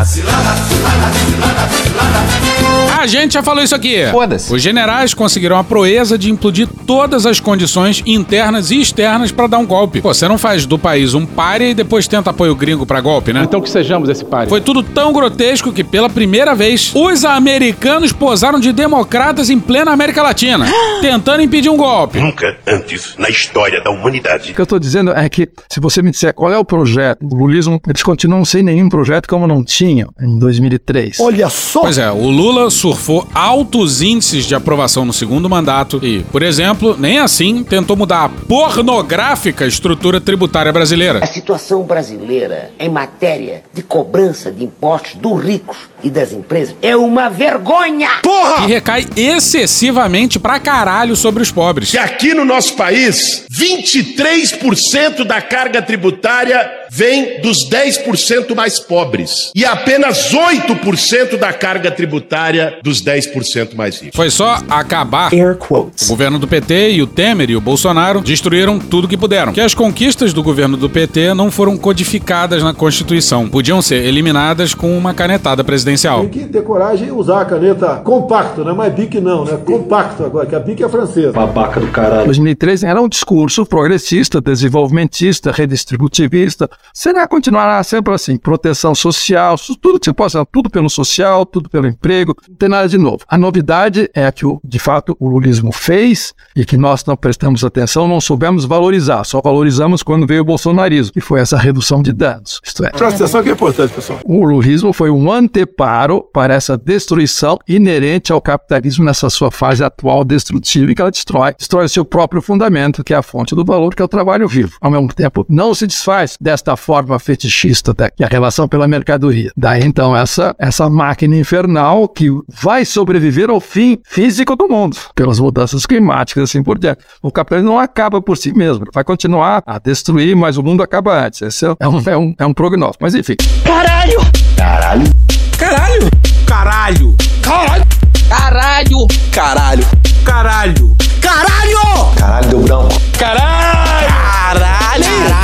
A gente já falou isso aqui. Foda-se. Os generais conseguiram a proeza de implodir todas as condições internas e externas pra dar um golpe. Pô, você não faz do país um pária e depois tenta apoio gringo pra golpe, né? Então que sejamos esse pária. Foi tudo tão grotesco que, pela primeira vez, os americanos posaram de democratas em plena América Latina, tentando impedir um golpe. Nunca antes na história da humanidade. O que eu tô dizendo é que, se você me disser qual é o projeto, o lulismo, eles continuam sem nenhum projeto como não tinham em dois mil e três. Olha só! Pois é, o Lula surfou altos índices de aprovação no segundo mandato e, por exemplo, nem assim tentou mudar a pornográfica estrutura tributária brasileira. A situação brasileira em matéria de cobrança de impostos dos ricos e das empresas é uma vergonha! Porra! E recai excessivamente pra caralho sobre os pobres. Que aqui no nosso país, vinte e três por cento da carga tributária vem dos dez por cento mais pobres e apenas oito por cento da carga tributária dos dez por cento mais ricos. Foi só acabar. Air quotes. O governo do P T e o Temer e o Bolsonaro destruíram tudo que puderam. Que as conquistas do governo do P T não foram codificadas na Constituição. Podiam ser eliminadas com uma canetada presidencial. Tem que ter coragem e usar a caneta compacto, não é mais bic não, né? Compacto agora, que a bic é francesa. Babaca do caralho. dois mil e treze era um discurso progressista, desenvolvimentista, redistributivista. Será continuará sempre assim, proteção social, tudo que você possa, tudo pelo social, tudo pelo emprego, não tem nada de novo. A novidade é que, de fato, o lulismo fez e que nós não prestamos atenção, não soubemos valorizar, só valorizamos quando veio o bolsonarismo, que foi essa redução de danos. Isto é, presta atenção que é importante, pessoal. O lulismo foi um anteparo para essa destruição inerente ao capitalismo nessa sua fase atual destrutiva, em que ela destrói, destrói o seu próprio fundamento, que é a fonte do valor, que é o trabalho vivo. Ao mesmo tempo, não se desfaz desta forma fetichista, da, que é a relação pela mercadoria. Daí, então, essa, essa máquina infernal que vai sobreviver ao fim físico do mundo, pelas mudanças climáticas e assim por diante. O capitalismo não acaba por si mesmo, vai continuar a destruir, mas o mundo acaba antes. Esse é um, é um, é um prognóstico. Mas enfim. Caralho! Caralho! Caralho! Caralho! Caralho! Caralho! Caralho! Caralho! Caralho! Caralho, deu branco. Caralho! Caralho!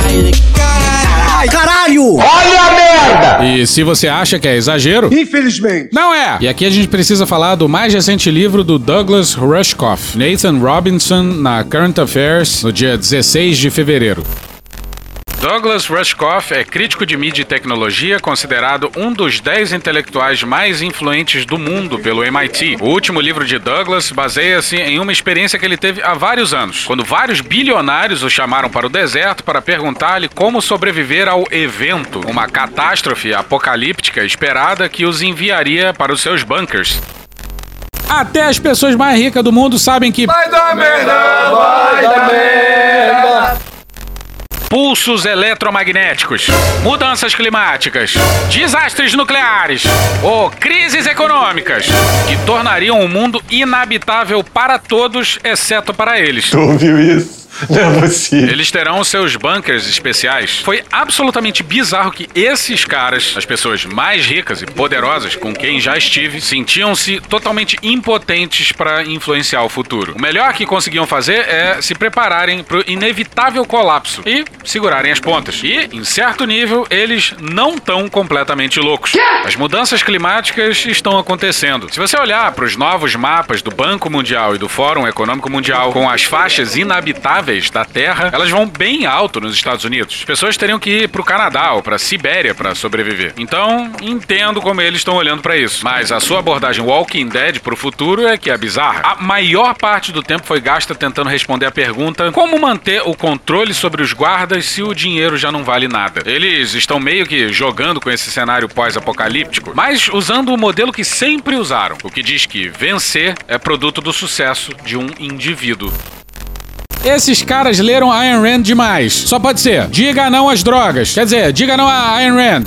Caralho! Caralho! Olha a merda! E se você acha que é exagero... Infelizmente. Não é! E aqui a gente precisa falar do mais recente livro do Douglas Rushkoff, Nathan Robinson, na Current Affairs, no dia dezesseis de fevereiro. Douglas Rushkoff é crítico de mídia e tecnologia, considerado um dos dez intelectuais mais influentes do mundo pelo M I T. O último livro de Douglas baseia-se em uma experiência que ele teve há vários anos, quando vários bilionários o chamaram para o deserto para perguntar-lhe como sobreviver ao evento, uma catástrofe apocalíptica esperada que os enviaria para os seus bunkers. Até as pessoas mais ricas do mundo sabem que... Vai dar merda! Vai dar merda! Pulsos eletromagnéticos, mudanças climáticas, desastres nucleares ou crises econômicas que tornariam o mundo inabitável para todos, exceto para eles. Tu ouviu isso? Não é possível. Eles terão seus bunkers especiais. Foi absolutamente bizarro que esses caras, as pessoas mais ricas e poderosas com quem já estive, sentiam-se totalmente impotentes para influenciar o futuro. O melhor que conseguiam fazer é se prepararem para o inevitável colapso e segurarem as pontas. E, em certo nível, eles não estão completamente loucos. As mudanças climáticas estão acontecendo. Se você olhar para os novos mapas do Banco Mundial e do Fórum Econômico Mundial com as faixas inabitáveis habitáveis da Terra, elas vão bem alto nos Estados Unidos. As pessoas teriam que ir pro Canadá ou pra Sibéria pra sobreviver. Então, entendo como eles estão olhando pra isso. Mas a sua abordagem Walking Dead pro futuro é que é bizarra. A maior parte do tempo foi gasta tentando responder a pergunta: como manter o controle sobre os guardas se o dinheiro já não vale nada? Eles estão meio que jogando com esse cenário pós-apocalíptico, mas usando o modelo que sempre usaram, o que diz que vencer é produto do sucesso de um indivíduo. Esses caras leram Ayn Rand demais. Só pode ser. Diga não às drogas. Quer dizer, diga não a Ayn Rand.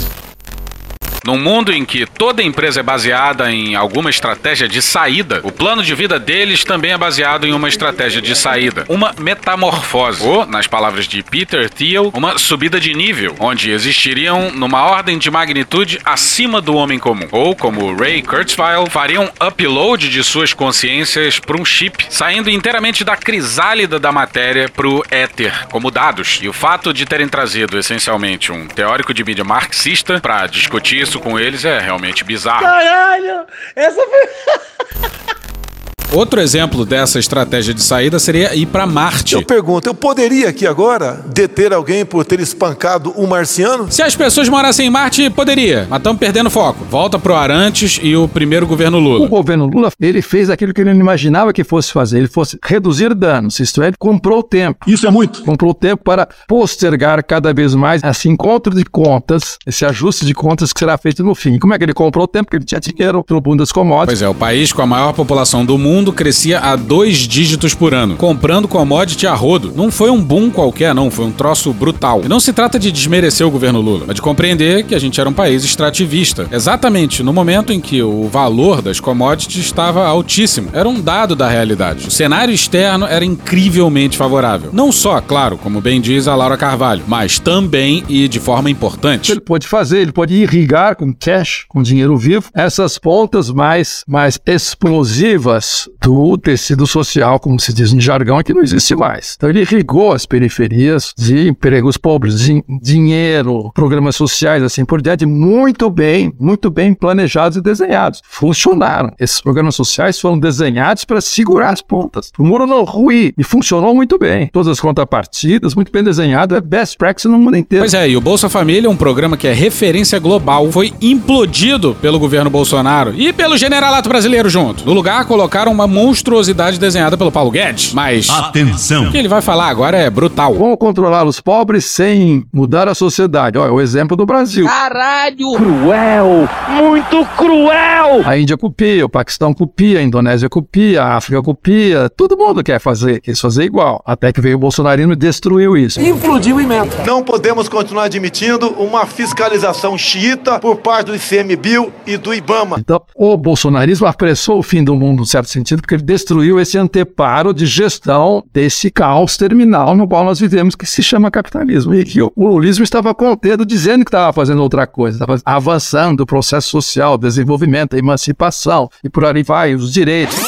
Num mundo em que toda empresa é baseada em alguma estratégia de saída, o plano de vida deles também é baseado em uma estratégia de saída. Uma metamorfose. Ou, nas palavras de Peter Thiel, uma subida de nível, onde existiriam numa ordem de magnitude acima do homem comum. Ou, como Ray Kurzweil, fariam upload de suas consciências para um chip, saindo inteiramente da crisálida da matéria pro éter, como dados. E o fato de terem trazido, essencialmente, um teórico de mídia marxista para discutir isso com eles é realmente bizarro. Caralho! Essa foi... Outro exemplo dessa estratégia de saída seria ir para Marte. Eu pergunto, eu poderia aqui agora deter alguém por ter espancado um marciano? Se as pessoas morassem em Marte, poderia, mas estamos perdendo foco. Volta pro Arantes e o primeiro governo Lula. O governo Lula, ele fez aquilo que ele não imaginava que fosse fazer. Ele fosse reduzir danos, isto é, ele comprou tempo. Isso é muito. Comprou tempo para postergar cada vez mais esse encontro de contas, esse ajuste de contas que será feito no fim. Como é que ele comprou tempo? Porque ele tinha dinheiro pelo mundo das commodities. Pois é, o país com a maior população do mundo crescia a dois dígitos por ano, comprando commodity a rodo. Não foi um boom qualquer, não, foi um troço brutal. E não se trata de desmerecer o governo Lula, mas de compreender que a gente era um país extrativista. Exatamente no momento em que o valor das commodities estava altíssimo. Era um dado da realidade. O cenário externo era incrivelmente favorável. Não só, claro, como bem diz a Laura Carvalho, mas também e de forma importante. Ele pode fazer, ele pode irrigar com cash, com dinheiro vivo, essas pontas mais, mais explosivas do tecido social, como se diz no jargão, que não existe mais. Então ele irrigou as periferias de empregos pobres, de dinheiro, programas sociais, assim por diante, muito bem, muito bem planejados e desenhados. Funcionaram. Esses programas sociais foram desenhados para segurar as pontas. O muro não ruir e funcionou muito bem. Todas as contrapartidas, muito bem desenhado, é best practice no mundo inteiro. Pois é, e o Bolsa Família, um programa que é referência global, foi implodido pelo governo Bolsonaro e pelo generalato brasileiro junto. No lugar, colocaram uma monstruosidade desenhada pelo Paulo Guedes. Mas atenção! O que ele vai falar agora é brutal. Como controlar os pobres sem mudar a sociedade? Olha, o exemplo do Brasil. Caralho! Cruel! Muito cruel! A Índia copia, o Paquistão copia, a Indonésia copia, a África copia. Todo mundo quer fazer, quis fazer igual. Até que veio o bolsonarismo e destruiu isso. Implodiu emenda. Não podemos continuar admitindo uma fiscalização xiita por parte do I C M B I e do IBAMA. Então, o bolsonarismo apressou o fim do mundo, no certo sentido, porque ele destruiu esse anteparo de gestão desse caos terminal no qual nós vivemos, que se chama capitalismo. E que o lulismo estava contendo, dizendo que estava fazendo outra coisa, estava avançando o processo social, desenvolvimento, a emancipação, e por aí vai, os direitos.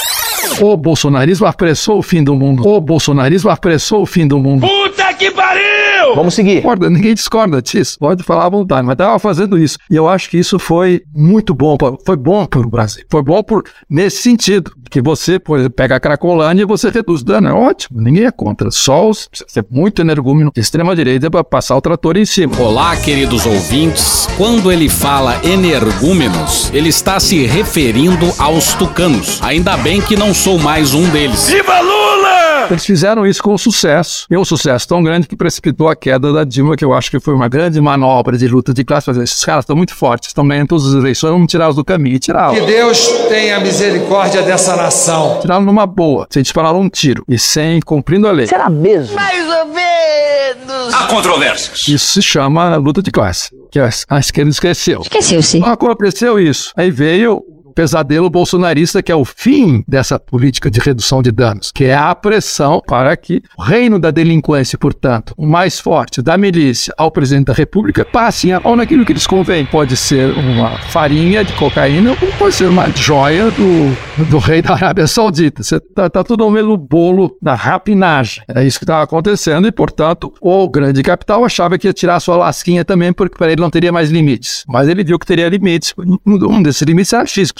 O bolsonarismo apressou o fim do mundo. O bolsonarismo apressou o fim do mundo. Puta que pariu! Vamos seguir. Discorda, ninguém discorda disso. Pode falar à vontade, mas estava fazendo isso. E eu acho que isso foi muito bom. Foi bom para o Brasil. Foi bom por, nesse sentido. Que você, por exemplo, pega a Cracolândia e você reduz dano. É ótimo. Ninguém é contra. Só os, precisa ser muito energúmeno de extrema-direita para passar o trator em cima. Olá, queridos ouvintes. Quando ele fala energúmenos, ele está se referindo aos tucanos. Ainda bem que não sou mais um deles. Viva Lula! Eles fizeram isso com sucesso. E um sucesso tão grande que precipitou a queda da Dilma, que eu acho que foi uma grande manobra de luta de classe. Esses caras estão muito fortes, estão ganhando todas as eleições, vamos tirá-los do caminho. E tirá-los. Que Deus tenha misericórdia dessa nação. Tiraram numa boa, sem disparar um tiro e sem cumprindo a lei. Será mesmo? Mais ou menos. Há controvérsias. Isso se chama luta de classe, que a esquerda esqueceu. Esqueceu-se. Aconteceu isso. Aí veio pesadelo bolsonarista, que é o fim dessa política de redução de danos, que é a pressão para que o reino da delinquência, portanto, o mais forte, da milícia ao presidente da República, passe a mão naquilo que lhes convém. Pode ser uma farinha de cocaína ou pode ser uma joia do, do rei da Arábia Saudita. Está tá tudo no mesmo bolo da rapinagem. É isso que estava acontecendo e, portanto, o grande capital achava que ia tirar a sua lasquinha também, porque para ele não teria mais limites. Mas ele viu que teria limites. Um desses limites era físico.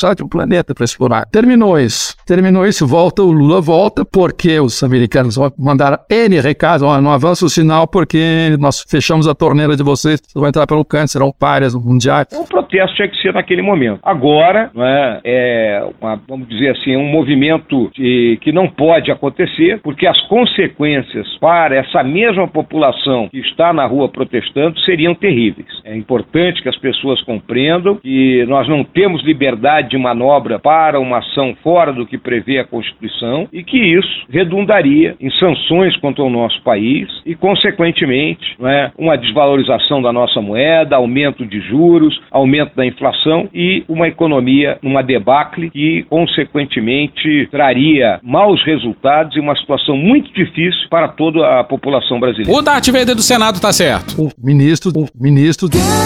precisava de um planeta para explorar. Terminou isso. Terminou isso, volta, o Lula volta, porque os americanos mandaram N recados, ó, não avança o sinal porque nós fechamos a torneira de vocês, vocês vão entrar pelo câncer, serão párias mundiais. O protesto tinha que ser naquele momento. Agora, não é, é uma, vamos dizer assim, um movimento de, que não pode acontecer, porque as consequências para essa mesma população que está na rua protestando seriam terríveis. É importante que as pessoas compreendam que nós não temos liberdade de manobra para uma ação fora do que prevê a Constituição e que isso redundaria em sanções contra o nosso país e, consequentemente, não é, uma desvalorização da nossa moeda, aumento de juros, aumento da inflação e uma economia numa debacle que, consequentemente, traria maus resultados e uma situação muito difícil para toda a população brasileira. O Darth Vader do Senado tá certo. O ministro, o ministro...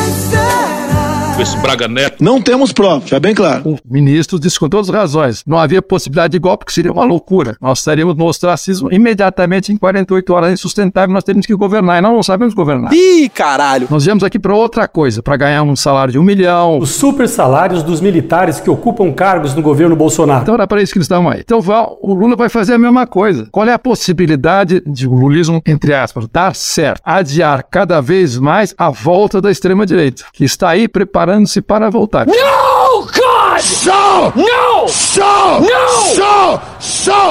Esse Braga Neto. Não temos provas, já bem claro. O ministro disse com todas as razões. Não havia possibilidade de golpe, que seria uma loucura. Nós teríamos no ostracismo imediatamente em quarenta e oito horas. É insustentável, nós teríamos que governar. E nós não sabemos governar. Ih, caralho! Nós viemos aqui para outra coisa, para ganhar um salário de um milhão. Os super salários dos militares que ocupam cargos no governo Bolsonaro. Então era para isso que eles estavam aí. Então o Lula vai fazer a mesma coisa. Qual é a possibilidade de o lulismo, entre aspas, dar certo? Adiar cada vez mais a volta da extrema-direita, que está aí preparando se para voltar. No, God! So! No! So! No! So! So!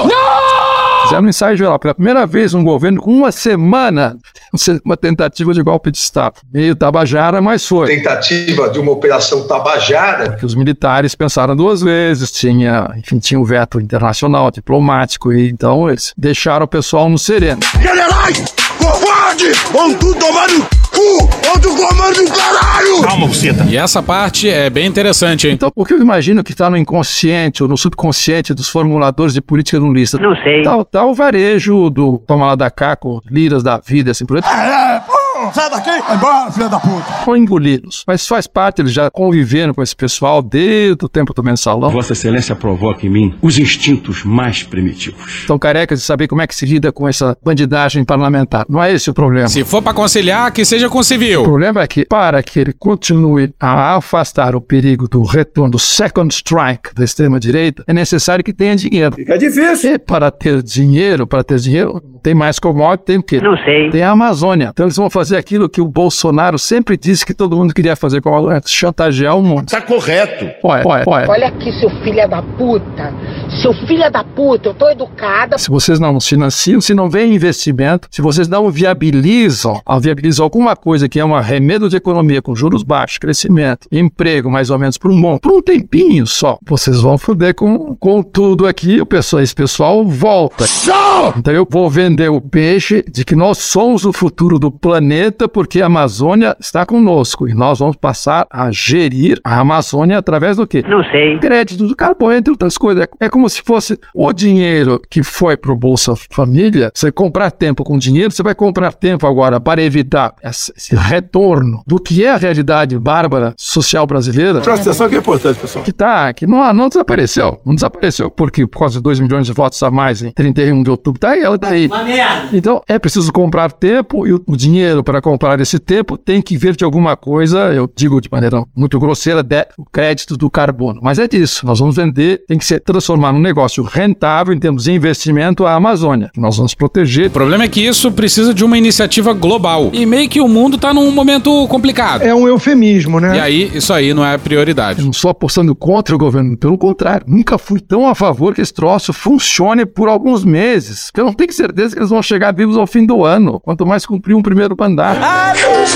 No! Fizeram um ensaio geral. Pela primeira vez, um governo com uma semana, uma tentativa de golpe de Estado. Meio tabajara, mas foi. Tentativa de uma operação tabajara. Porque os militares pensaram duas vezes, tinha, enfim, tinha um veto internacional, diplomático, e então eles deixaram o pessoal no sereno. Generais! Covarde! Vão tudo tomar no cu! Vão do comando do caralho! Calma, buceta. E essa parte é bem interessante, hein? Então, o que eu imagino que está no inconsciente ou no subconsciente dos formuladores de política lulista? Não sei. Tá, tá o varejo do toma lá da cá com liras da vida, assim por exemplo. É, é, pô, sai daqui! Vai embora, filha da puta! Vão engoli-los. Mas faz parte, eles já conviveram com esse pessoal desde o tempo do mensalão. Vossa Excelência provoca em mim os instintos mais primitivos. Estão carecas de saber como é que se lida com essa bandidagem parlamentar. Não é esse o problema. Se for para conciliar, que seja com civil. O problema é que, para que ele continue a afastar o perigo do retorno, do second strike da extrema-direita, é necessário que tenha dinheiro. Fica difícil. E para ter dinheiro, para ter dinheiro, tem mais commodity, tem o quê? Não sei. Tem a Amazônia. Então eles vão fazer aquilo que o Bolsonaro sempre disse que todo mundo queria fazer com a Amazônia, chantagear o mundo. Tá correto. Olha, olha, olha. Olha aqui, seu filho da puta. Seu filho da puta, eu tô educada. Se vocês não nos financiam, se não vem investimento, se vocês não viabilizam, viabilizam alguma coisa que é um arremedo de economia com juros baixos, crescimento, emprego mais ou menos por um bom, por um tempinho só, vocês vão foder com, com tudo aqui, o pessoal, esse pessoal volta. Então eu vou vender o peixe de que nós somos o futuro do planeta porque a Amazônia está conosco e nós vamos passar a gerir a Amazônia através do quê? Não sei. Crédito do carbono, entre outras coisas. É como se fosse o dinheiro que foi pro Bolsa Família, você comprar tempo com dinheiro, você vai comprar tempo agora para evitar esse retorno do que é a realidade bárbara social brasileira. Presta atenção que é importante, pessoal. Que tá, que não, não desapareceu. Não desapareceu, porque por causa de dois milhões de votos a mais em trinta e um de outubro, tá aí, ela tá aí. Então, é preciso comprar tempo e o, o dinheiro para comprar esse tempo tem que vir de alguma coisa, eu digo de maneira muito grosseira, de, o crédito do carbono. Mas é disso, nós vamos vender, tem que ser transformar num negócio rentável em termos de investimento a Amazônia, que nós vamos proteger. O problema é que isso precisa de uma iniciativa global. E meio que o mundo tá num momento complicado. É um eufemismo, né? E aí, isso aí não é prioridade. Eu não estou apostando contra o governo, pelo contrário. Nunca fui tão a favor que esse troço funcione por alguns meses. Eu não tenho certeza que eles vão chegar vivos ao fim do ano, quanto mais cumprir um primeiro mandato. Ah,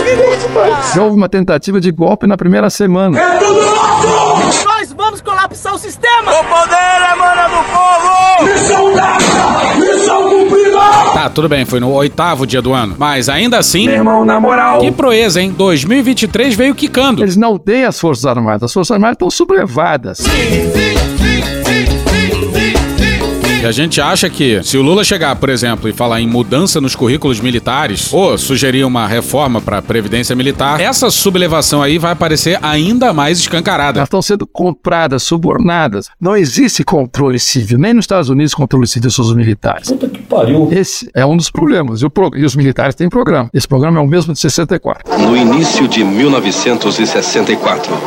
já houve uma tentativa de golpe na primeira semana. É tudo louco! Nós vamos colapsar o sistema! O poder emana do povo! Missão dada! Missão cumprida! Tá, tudo bem, foi no oitavo dia do ano. Mas ainda assim... Meu irmão, na moral... Que proeza, hein? dois mil e vinte e três veio quicando. Eles não têm as Forças Armadas. As Forças Armadas estão sublevadas. Sim, sim, sim, sim, sim, sim. E a gente acha que, se o Lula chegar, por exemplo, e falar em mudança nos currículos militares, ou sugerir uma reforma para a Previdência Militar, essa sublevação aí vai parecer ainda mais escancarada. Elas estão sendo compradas, subornadas. Não existe controle civil, nem nos Estados Unidos controle civil sobre os militares. Puta que pariu. Esse é um dos problemas. E, o pro... e os militares têm programa. Esse programa é o mesmo de sessenta e quatro. No início de mil novecentos e sessenta e quatro,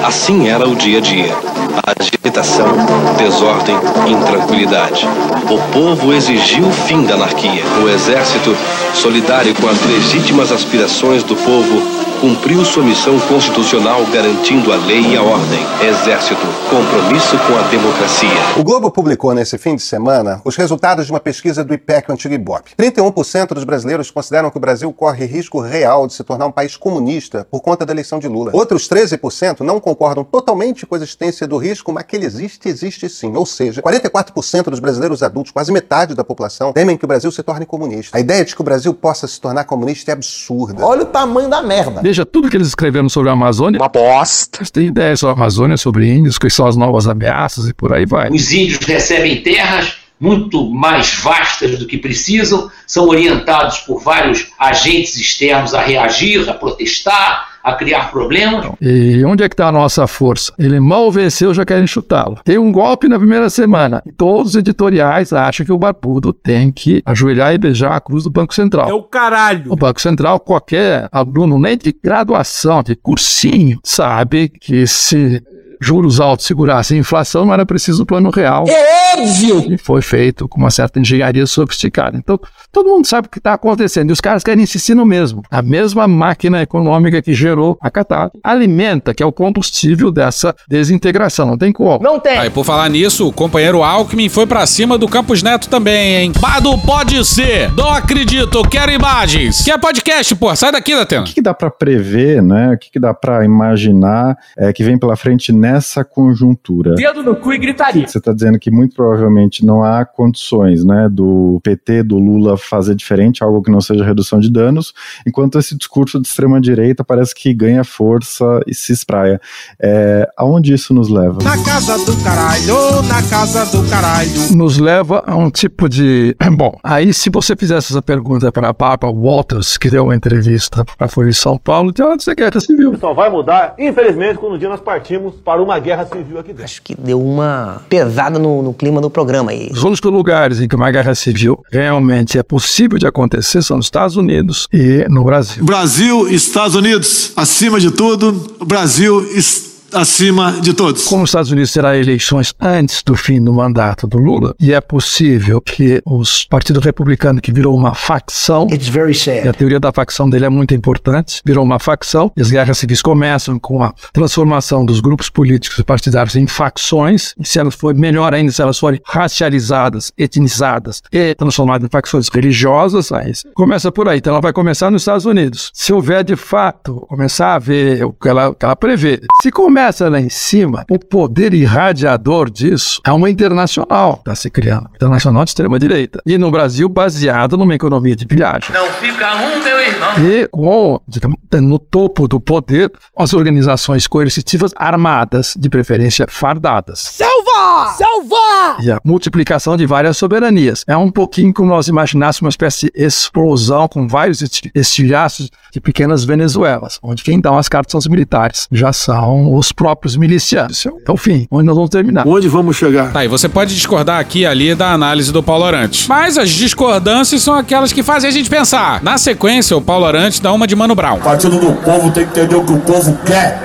Assim era o dia a dia. Agitação, desordem, intranquilidade. O povo exigiu o fim da anarquia. O exército, solidário com as legítimas aspirações do povo, cumpriu sua missão constitucional garantindo a lei e a ordem. Exército, compromisso com a democracia. O Globo publicou nesse fim de semana os resultados de uma pesquisa do IPEC, o antigo Ibope. trinta e um por cento dos brasileiros consideram que o Brasil corre risco real de se tornar um país comunista por conta da eleição de Lula. Outros treze por cento não concordam totalmente com a existência do risco, mas que ele existe, existe sim. Ou seja, quarenta e quatro por cento dos brasileiros adultos, quase metade da população, temem que o Brasil se torne comunista. A ideia de que o Brasil possa se tornar comunista é absurda. Olha o tamanho da merda. Veja, tudo que eles escreveram sobre a Amazônia, uma bosta. Eles têm ideias sobre a Amazônia, sobre índios, que são as novas ameaças e por aí vai. Os índios recebem terras muito mais vastas do que precisam, são orientados por vários agentes externos a reagir, a protestar, a criar problemas. E onde é que está a nossa força? Ele mal venceu, já querem chutá-lo. Tem um golpe na primeira semana. Todos os editoriais acham que o barbudo tem que ajoelhar e beijar a cruz do Banco Central. É o caralho. O Banco Central, qualquer aluno, nem de graduação, de cursinho, sabe que se juros altos segurassem a inflação, não era preciso o plano real. É óbvio! E foi feito com uma certa engenharia sofisticada. Então, todo mundo sabe o que está acontecendo. E os caras querem insistir no mesmo. A mesma máquina econômica que gerou a catástrofe alimenta, que é o combustível dessa desintegração. Não tem como. Não tem. Aí, por falar nisso, o companheiro Alckmin foi pra cima do Campos Neto também, hein? Bado pode ser! Não acredito, quero imagens! Que é podcast, pô. Sai daqui, Datena. O que, que dá pra prever, né? O que, que dá pra imaginar é, que vem pela frente nessa Nessa conjuntura? Dedo no cu e gritaria. Você está dizendo que muito provavelmente não há condições, né, do P T, do Lula fazer diferente, algo que não seja redução de danos, enquanto esse discurso de extrema-direita parece que ganha força e se espraia. É, aonde isso nos leva? Na casa do caralho, na casa do caralho. Nos leva a um tipo de... Bom, aí se você fizesse essa pergunta para a Barbara Walters, que deu uma entrevista para a Folha de São Paulo, então ela disse que guerra civil. Só vai mudar, infelizmente, quando um dia nós partimos para uma guerra civil aqui dentro. Acho que deu uma pesada no, no clima do programa aí. Os únicos lugares em que uma guerra civil realmente é possível de acontecer são nos Estados Unidos e no Brasil. Brasil, Estados Unidos, acima de tudo, Brasil está acima de todos. Como os Estados Unidos terá eleições antes do fim do mandato do Lula, e é possível que os Partido Republicano, que virou uma facção, It's very sad. E a teoria da facção dele é muito importante, virou uma facção, e as guerras civis começam com a transformação dos grupos políticos e partidários em facções, e se elas forem, melhor ainda, se elas forem racializadas, etnizadas e transformadas em facções religiosas, aí começa por aí. Então ela vai começar nos Estados Unidos. Se houver de fato, começar a ver o que ela, o que ela prevê, se começa lá em cima, o poder irradiador disso é uma internacional que está se criando, internacional de extrema-direita. E no Brasil, baseado numa economia de pilhagem. Não fica um, meu irmão. E com, digamos, no topo do poder, as organizações coercitivas armadas, de preferência fardadas. Selva! Selva! E a multiplicação de várias soberanias. É um pouquinho como nós imaginássemos uma espécie de explosão com vários estilhaços de pequenas Venezuelas, onde quem dá as cartas são os militares. Já são os próprios milicianos. É o fim, onde nós vamos terminar. Onde vamos chegar? Tá, e você pode discordar aqui e ali da análise do Paulo Arantes. Mas as discordâncias são aquelas que fazem a gente pensar. Na sequência, o Paulo Arantes dá uma de Mano Brown. O partido do povo tem que entender o que o povo quer.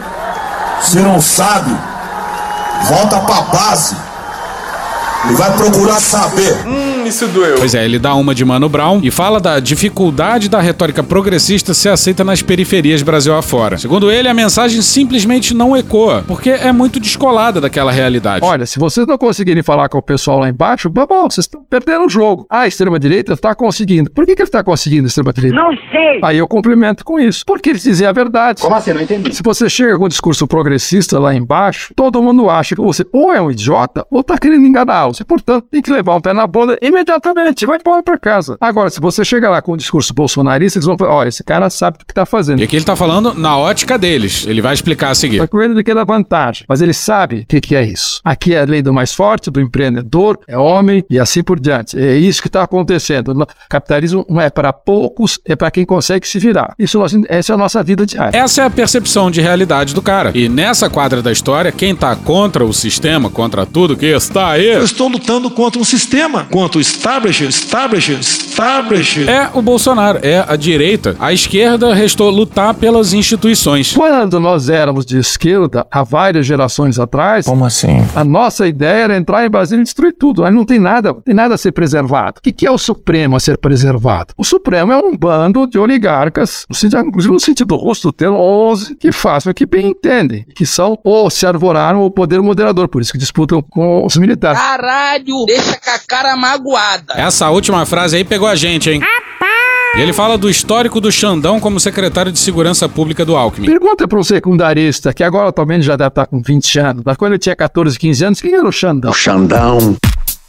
Se não sabe, volta pra base e vai procurar saber. Hum, isso doeu. Pois é, ele dá uma de Mano Brown e fala da dificuldade da retórica progressista ser aceita nas periferias Brasil afora. Segundo ele, a mensagem simplesmente não ecoa, porque é muito descolada daquela realidade. Olha, se vocês não conseguirem falar com o pessoal lá embaixo, bom, vocês estão perdendo o jogo. Ah, a extrema-direita está conseguindo. Por que, que ele está conseguindo, a extrema-direita? Não sei. Aí eu cumprimento com isso. Porque eles dizem a verdade. Como assim? Não entendi. Se você chega com um discurso progressista lá embaixo, todo mundo acha que você ou é um idiota ou está querendo enganar. Você, portanto, tem que levar um pé na bunda imediatamente. Vai embora pra casa. Agora, se você chega lá com um discurso bolsonarista, eles vão falar, olha, esse cara sabe o que tá fazendo. E aqui ele tá falando na ótica deles. Ele vai explicar a seguir. Vai com ele daquela vantagem. Mas ele sabe o que, que é isso. Aqui é a lei do mais forte, do empreendedor, é homem e assim por diante. É isso que tá acontecendo. O capitalismo não é para poucos, é para quem consegue se virar. Isso, essa é a nossa vida diária. Essa é a percepção de realidade do cara. E nessa quadra da história, quem tá contra o sistema, contra tudo que está aí... Eu estou lutando contra um sistema, contra o establishment, establishment, establishment. É o Bolsonaro, é a direita. A esquerda restou lutar pelas instituições. Quando nós éramos de esquerda, há várias gerações atrás... Como assim? A nossa ideia era entrar em Brasília e destruir tudo. Aí não tem nada, não tem nada a ser preservado. O que, que é o Supremo a ser preservado? O Supremo é um bando de oligarcas, no sentido, inclusive no sentido rosto do termo, onze, que fazem o que bem entendem, que são ou se arvoraram ou poder moderador, por isso que disputam com os militares. Caralho, deixa com a cara magoada. Essa última frase aí pegou a gente, hein? E ele fala do histórico do Xandão como secretário de Segurança Pública do Alckmin. Pergunta para um secundarista, que agora atualmente já deve estar com vinte anos, mas quando ele tinha catorze, quinze anos, quem era o Xandão? O Xandão...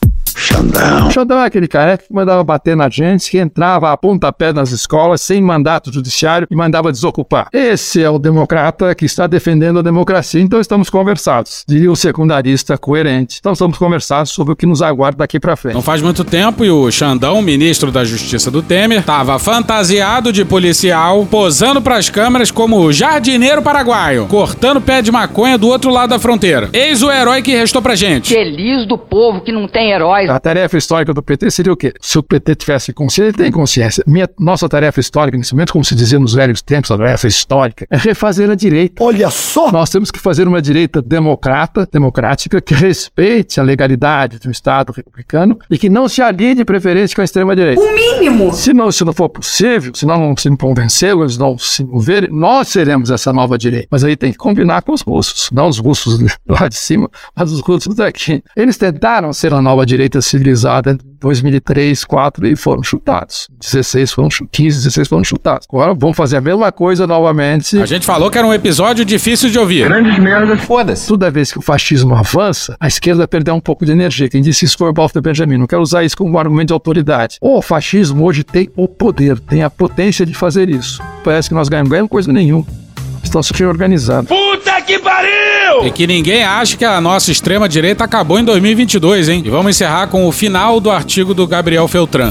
Xandão. Xandão é aquele careca que mandava bater na gente, que entrava a pontapé nas escolas sem mandato judiciário e mandava desocupar. Esse é o democrata que está defendendo a democracia. Então estamos conversados, diria o secundarista coerente. Então estamos conversados sobre o que nos aguarda daqui pra frente. Não faz muito tempo e o Xandão, ministro da Justiça do Temer, estava fantasiado de policial, posando pras câmeras como jardineiro paraguaio, cortando pé de maconha do outro lado da fronteira. Eis o herói que restou pra gente. Feliz do povo que não tem herói. A tarefa histórica do P T seria o quê? Se o P T tivesse consciência, ele tem consciência. Minha, nossa tarefa histórica, nesse momento, como se dizia nos velhos tempos, a tarefa histórica, é refazer a direita. Olha só! Nós temos que fazer uma direita democrata, democrática, que respeite a legalidade de um Estado republicano e que não se alie de preferência com a extrema-direita. O mínimo! Se não, se não for possível, se não se convencer, eles não se moverem, nós seremos essa nova direita. Mas aí tem que combinar com os russos. Não os russos lá de cima, mas os russos daqui. Eles tentaram ser a nova direita civilizada em dois mil e três, dois mil e quatro e foram chutados. dezesseis foram quinze, dezesseis foram chutados. Agora vão fazer a mesma coisa novamente. A gente falou que era um episódio difícil de ouvir. Grandes merdas. Foda-se. Toda vez que o fascismo avança, a esquerda perdeu um pouco de energia. Quem disse isso foi o Walter Benjamin. Não quero usar isso como um argumento de autoridade. O fascismo hoje tem o poder, tem a potência de fazer isso. Parece que nós ganhamos, ganhamos coisa nenhuma. Estão se reorganizando. Puta que pariu! E que ninguém ache que a nossa extrema-direita acabou em dois mil e vinte e dois, hein? E vamos encerrar com o final do artigo do Gabriel Feltran.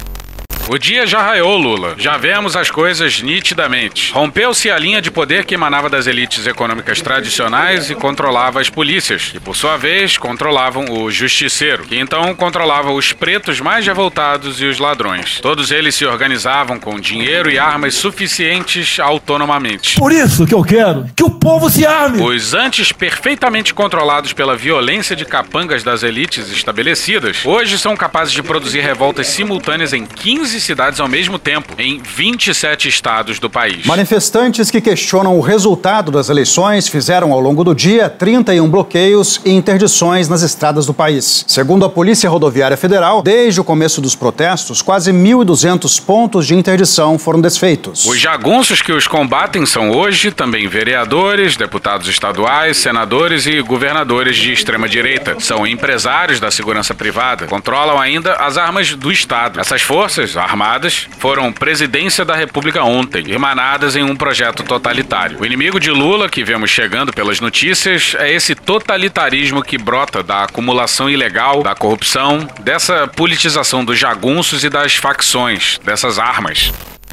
O dia já raiou, Lula. Já vemos as coisas nitidamente. Rompeu-se a linha de poder que emanava das elites econômicas tradicionais e controlava as polícias, que por sua vez controlavam o justiceiro, que então controlava os pretos mais revoltados e os ladrões. Todos eles se organizavam com dinheiro e armas suficientes autonomamente. Por isso que eu quero que o povo se arme. Os antes perfeitamente controlados pela violência de capangas das elites estabelecidas, hoje são capazes de produzir revoltas simultâneas em quinze cidades ao mesmo tempo, em vinte e sete estados do país. Manifestantes que questionam o resultado das eleições fizeram ao longo do dia trinta e um bloqueios e interdições nas estradas do país. Segundo a Polícia Rodoviária Federal, desde o começo dos protestos, quase mil e duzentos pontos de interdição foram desfeitos. Os jagunços que os combatem são hoje também vereadores, deputados estaduais, senadores e governadores de extrema-direita. São empresários da segurança privada, controlam ainda as armas do Estado. Essas forças armadas foram presidência da República ontem, irmanadas em um projeto totalitário. O inimigo de Lula, que vemos chegando pelas notícias, é esse totalitarismo que brota da acumulação ilegal, da corrupção, dessa politização dos jagunços e das facções, dessas armas.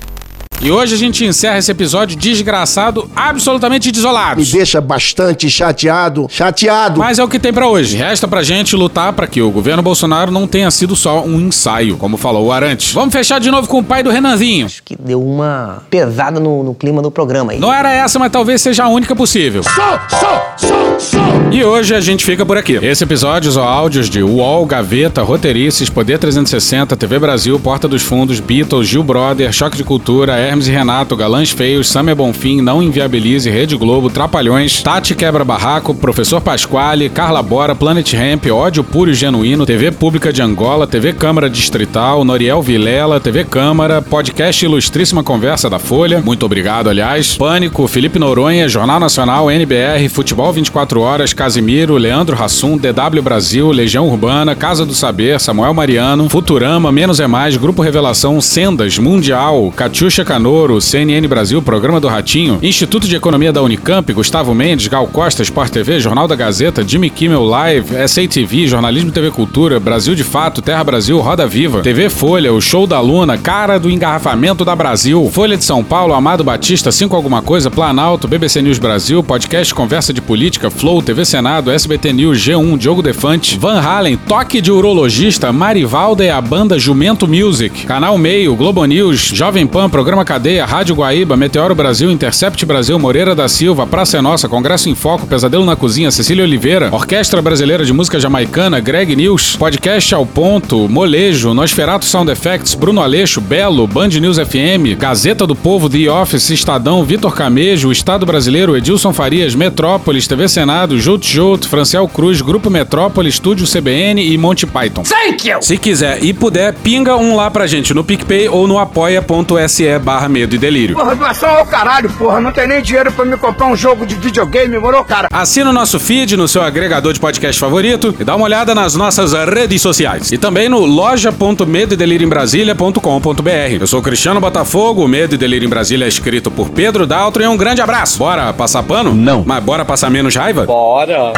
E hoje a gente encerra esse episódio desgraçado, absolutamente desolado. Me deixa bastante chateado, chateado. Mas é o que tem pra hoje. Resta pra gente lutar pra que o governo Bolsonaro não tenha sido só um ensaio, como falou o Arantes. Vamos fechar de novo com o pai do Renanzinho. Acho que deu uma pesada no, no clima do programa aí. Não era essa, mas talvez seja a única possível. Só, só, só, só. E hoje a gente fica por aqui. Esse episódio são áudios de U O L, Gaveta, Roteirices, Poder trezentos e sessenta, T V Brasil, Porta dos Fundos, Beatles, Gil Brother, Choque de Cultura, Hermes e Renato, Galãs Feios, Samia Bonfim, Não Inviabilize, Rede Globo, Trapalhões, Tati Quebra Barraco, Professor Pasquale, Carla Bora, Planet Ramp, Ódio Puro e Genuíno, T V Pública de Angola, T V Câmara Distrital, Noriel Vilela, T V Câmara, Podcast Ilustríssima Conversa da Folha, muito obrigado, aliás, Pânico, Felipe Noronha, Jornal Nacional, N B R, Futebol vinte e quatro horas, Casimiro, Leandro Hassum, D W Brasil, Legião Urbana, Casa do Saber, Samuel Mariano, Futurama, Menos é Mais, Grupo Revelação, Sendas, Mundial, Catiuxa Canoro, C N N Brasil, Programa do Ratinho, Instituto de Economia da Unicamp, Gustavo Mendes, Gal Costa, Sport T V, Jornal da Gazeta, Jimmy Kimmel Live, S A T V, Jornalismo T V Cultura, Brasil de Fato, Terra Brasil, Roda Viva, T V Folha, O Show da Luna, Cara do Engarrafamento da Brasil, Folha de São Paulo, Amado Batista, cinco Alguma Coisa, Planalto, B B C News Brasil, Podcast Conversa de Política, Flow, T V Senado, S B T News, G um, Diogo Defante, Van Halen, Toque de Urologista, Marivalda e a banda Jumento Music, Canal Meio, Globo News, Jovem Pan, Programa Cadeia, Rádio Guaíba, Meteoro Brasil, Intercept Brasil, Moreira da Silva, Praça é Nossa, Congresso em Foco, Pesadelo na Cozinha, Cecília Oliveira, Orquestra Brasileira de Música Jamaicana, Greg News, Podcast ao Ponto, Molejo, Nosferatu Sound Effects, Bruno Aleixo, Belo, Band News F M, Gazeta do Povo, The Office, Estadão, Vitor Camejo, Estado Brasileiro, Edilson Farias, Metrópolis, T V Senado, Jout Jout, Franciel Cruz, Grupo Metrópole, Estúdio C B N e Monty Python. Thank you! Se quiser e puder, pinga um lá pra gente no PicPay ou no apoia.se barra Medo e Delírio. Porra, doação ao caralho, porra. Não tem nem dinheiro pra me comprar um jogo de videogame, moro, cara? Assina o nosso feed no seu agregador de podcast favorito e dá uma olhada nas nossas redes sociais. E também no loja ponto medo e delírio em brasília ponto com ponto b r. Eu sou Cristiano Botafogo, o Medo e Delírio em Brasília é escrito por Pedro Daltro e um grande abraço. Bora passar pano? Não. Mas bora passar menos raiva? Bora!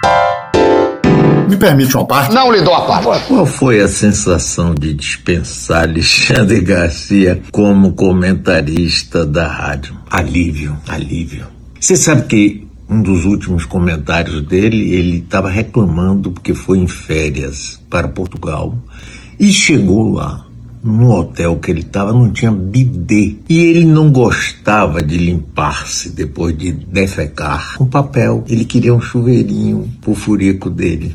Me permite uma parte? Não lhe dou a parte. Qual foi a sensação de dispensar Alexandre Garcia como comentarista da rádio? Alívio, alívio. Você sabe que um dos últimos comentários dele, ele estava reclamando porque foi em férias para Portugal e chegou lá. No hotel que ele estava não tinha bidê e ele não gostava de limpar-se depois de defecar com papel. Ele queria um chuveirinho pro furico dele.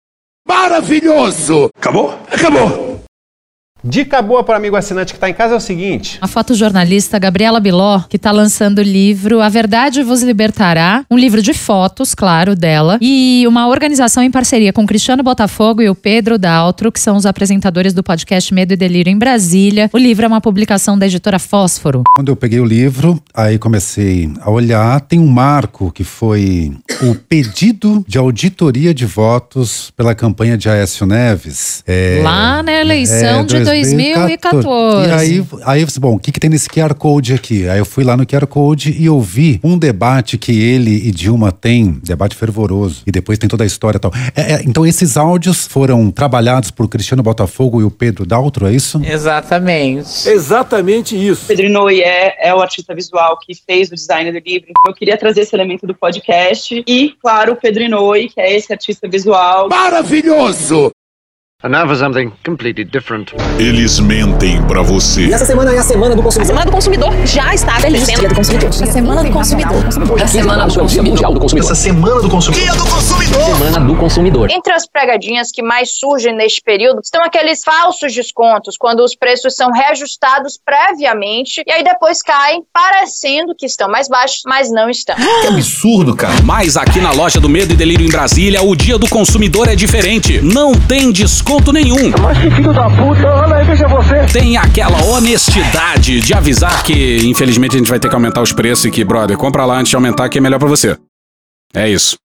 Maravilhoso! Acabou? Acabou! Dica boa para o amigo assinante que está em casa é o seguinte. A fotojornalista Gabriela Biló, que está lançando o livro A Verdade Vos Libertará, um livro de fotos, claro, dela, e uma organização em parceria com o Cristiano Botafogo e o Pedro Daltro, que são os apresentadores do podcast Medo e Delírio em Brasília. O livro é uma publicação da editora Fósforo. Quando eu peguei o livro, aí comecei a olhar, tem um marco que foi o pedido de auditoria de votos pela campanha de Aécio Neves. É, Lá na eleição é, de dois mil e quatorze. E aí, aí eu disse, bom, o que, que tem nesse Q R Code aqui? Aí eu fui lá no Q R Code e eu vi um debate que ele e Dilma têm, debate fervoroso, e depois tem toda a história e tal. É, é, então esses áudios foram trabalhados por Cristiano Botafogo e o Pedro Daltro, é isso? Exatamente. Exatamente isso. O Pedro Inouye é, é o artista visual que fez o design do livro, então eu queria trazer esse elemento do podcast e, claro, o Pedro Inouye, que é esse artista visual. Maravilhoso! And now for something completely different. Eles mentem pra você. E essa semana é a Semana do Consumidor. A Semana do Consumidor já está acontecendo. Dia do Consumidor. A Semana do Consumidor. A Semana do Dia Mundial do Consumidor. Essa Semana do Consumidor. Dia do Consumidor. Semana do Consumidor. Entre as pegadinhas que mais surgem neste período estão aqueles falsos descontos, quando os preços são reajustados previamente e aí depois caem, parecendo que estão mais baixos, mas não estão. Que absurdo, cara. Mas aqui na loja do Medo e Delírio em Brasília, o Dia do Consumidor é diferente. Não tem desconto nenhum. Mas que filho da puta, olha aí, veja você. Tem aquela honestidade de avisar que, infelizmente, a gente vai ter que aumentar os preços e que, brother, compra lá antes de aumentar que é melhor pra você. É isso.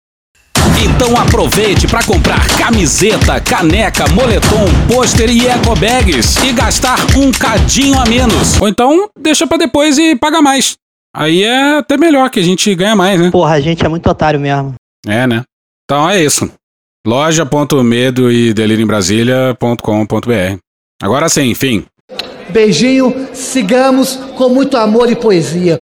Então aproveite para comprar camiseta, caneca, moletom, pôster e eco bags e gastar um cadinho a menos. Ou então, deixa pra depois e paga mais. Aí é até melhor, que a gente ganha mais, né? Porra, a gente é muito otário mesmo. É, né? Então é isso. loja ponto medo e delírio em brasília ponto com ponto b r. Agora sim, enfim. Beijinho, sigamos com muito amor e poesia.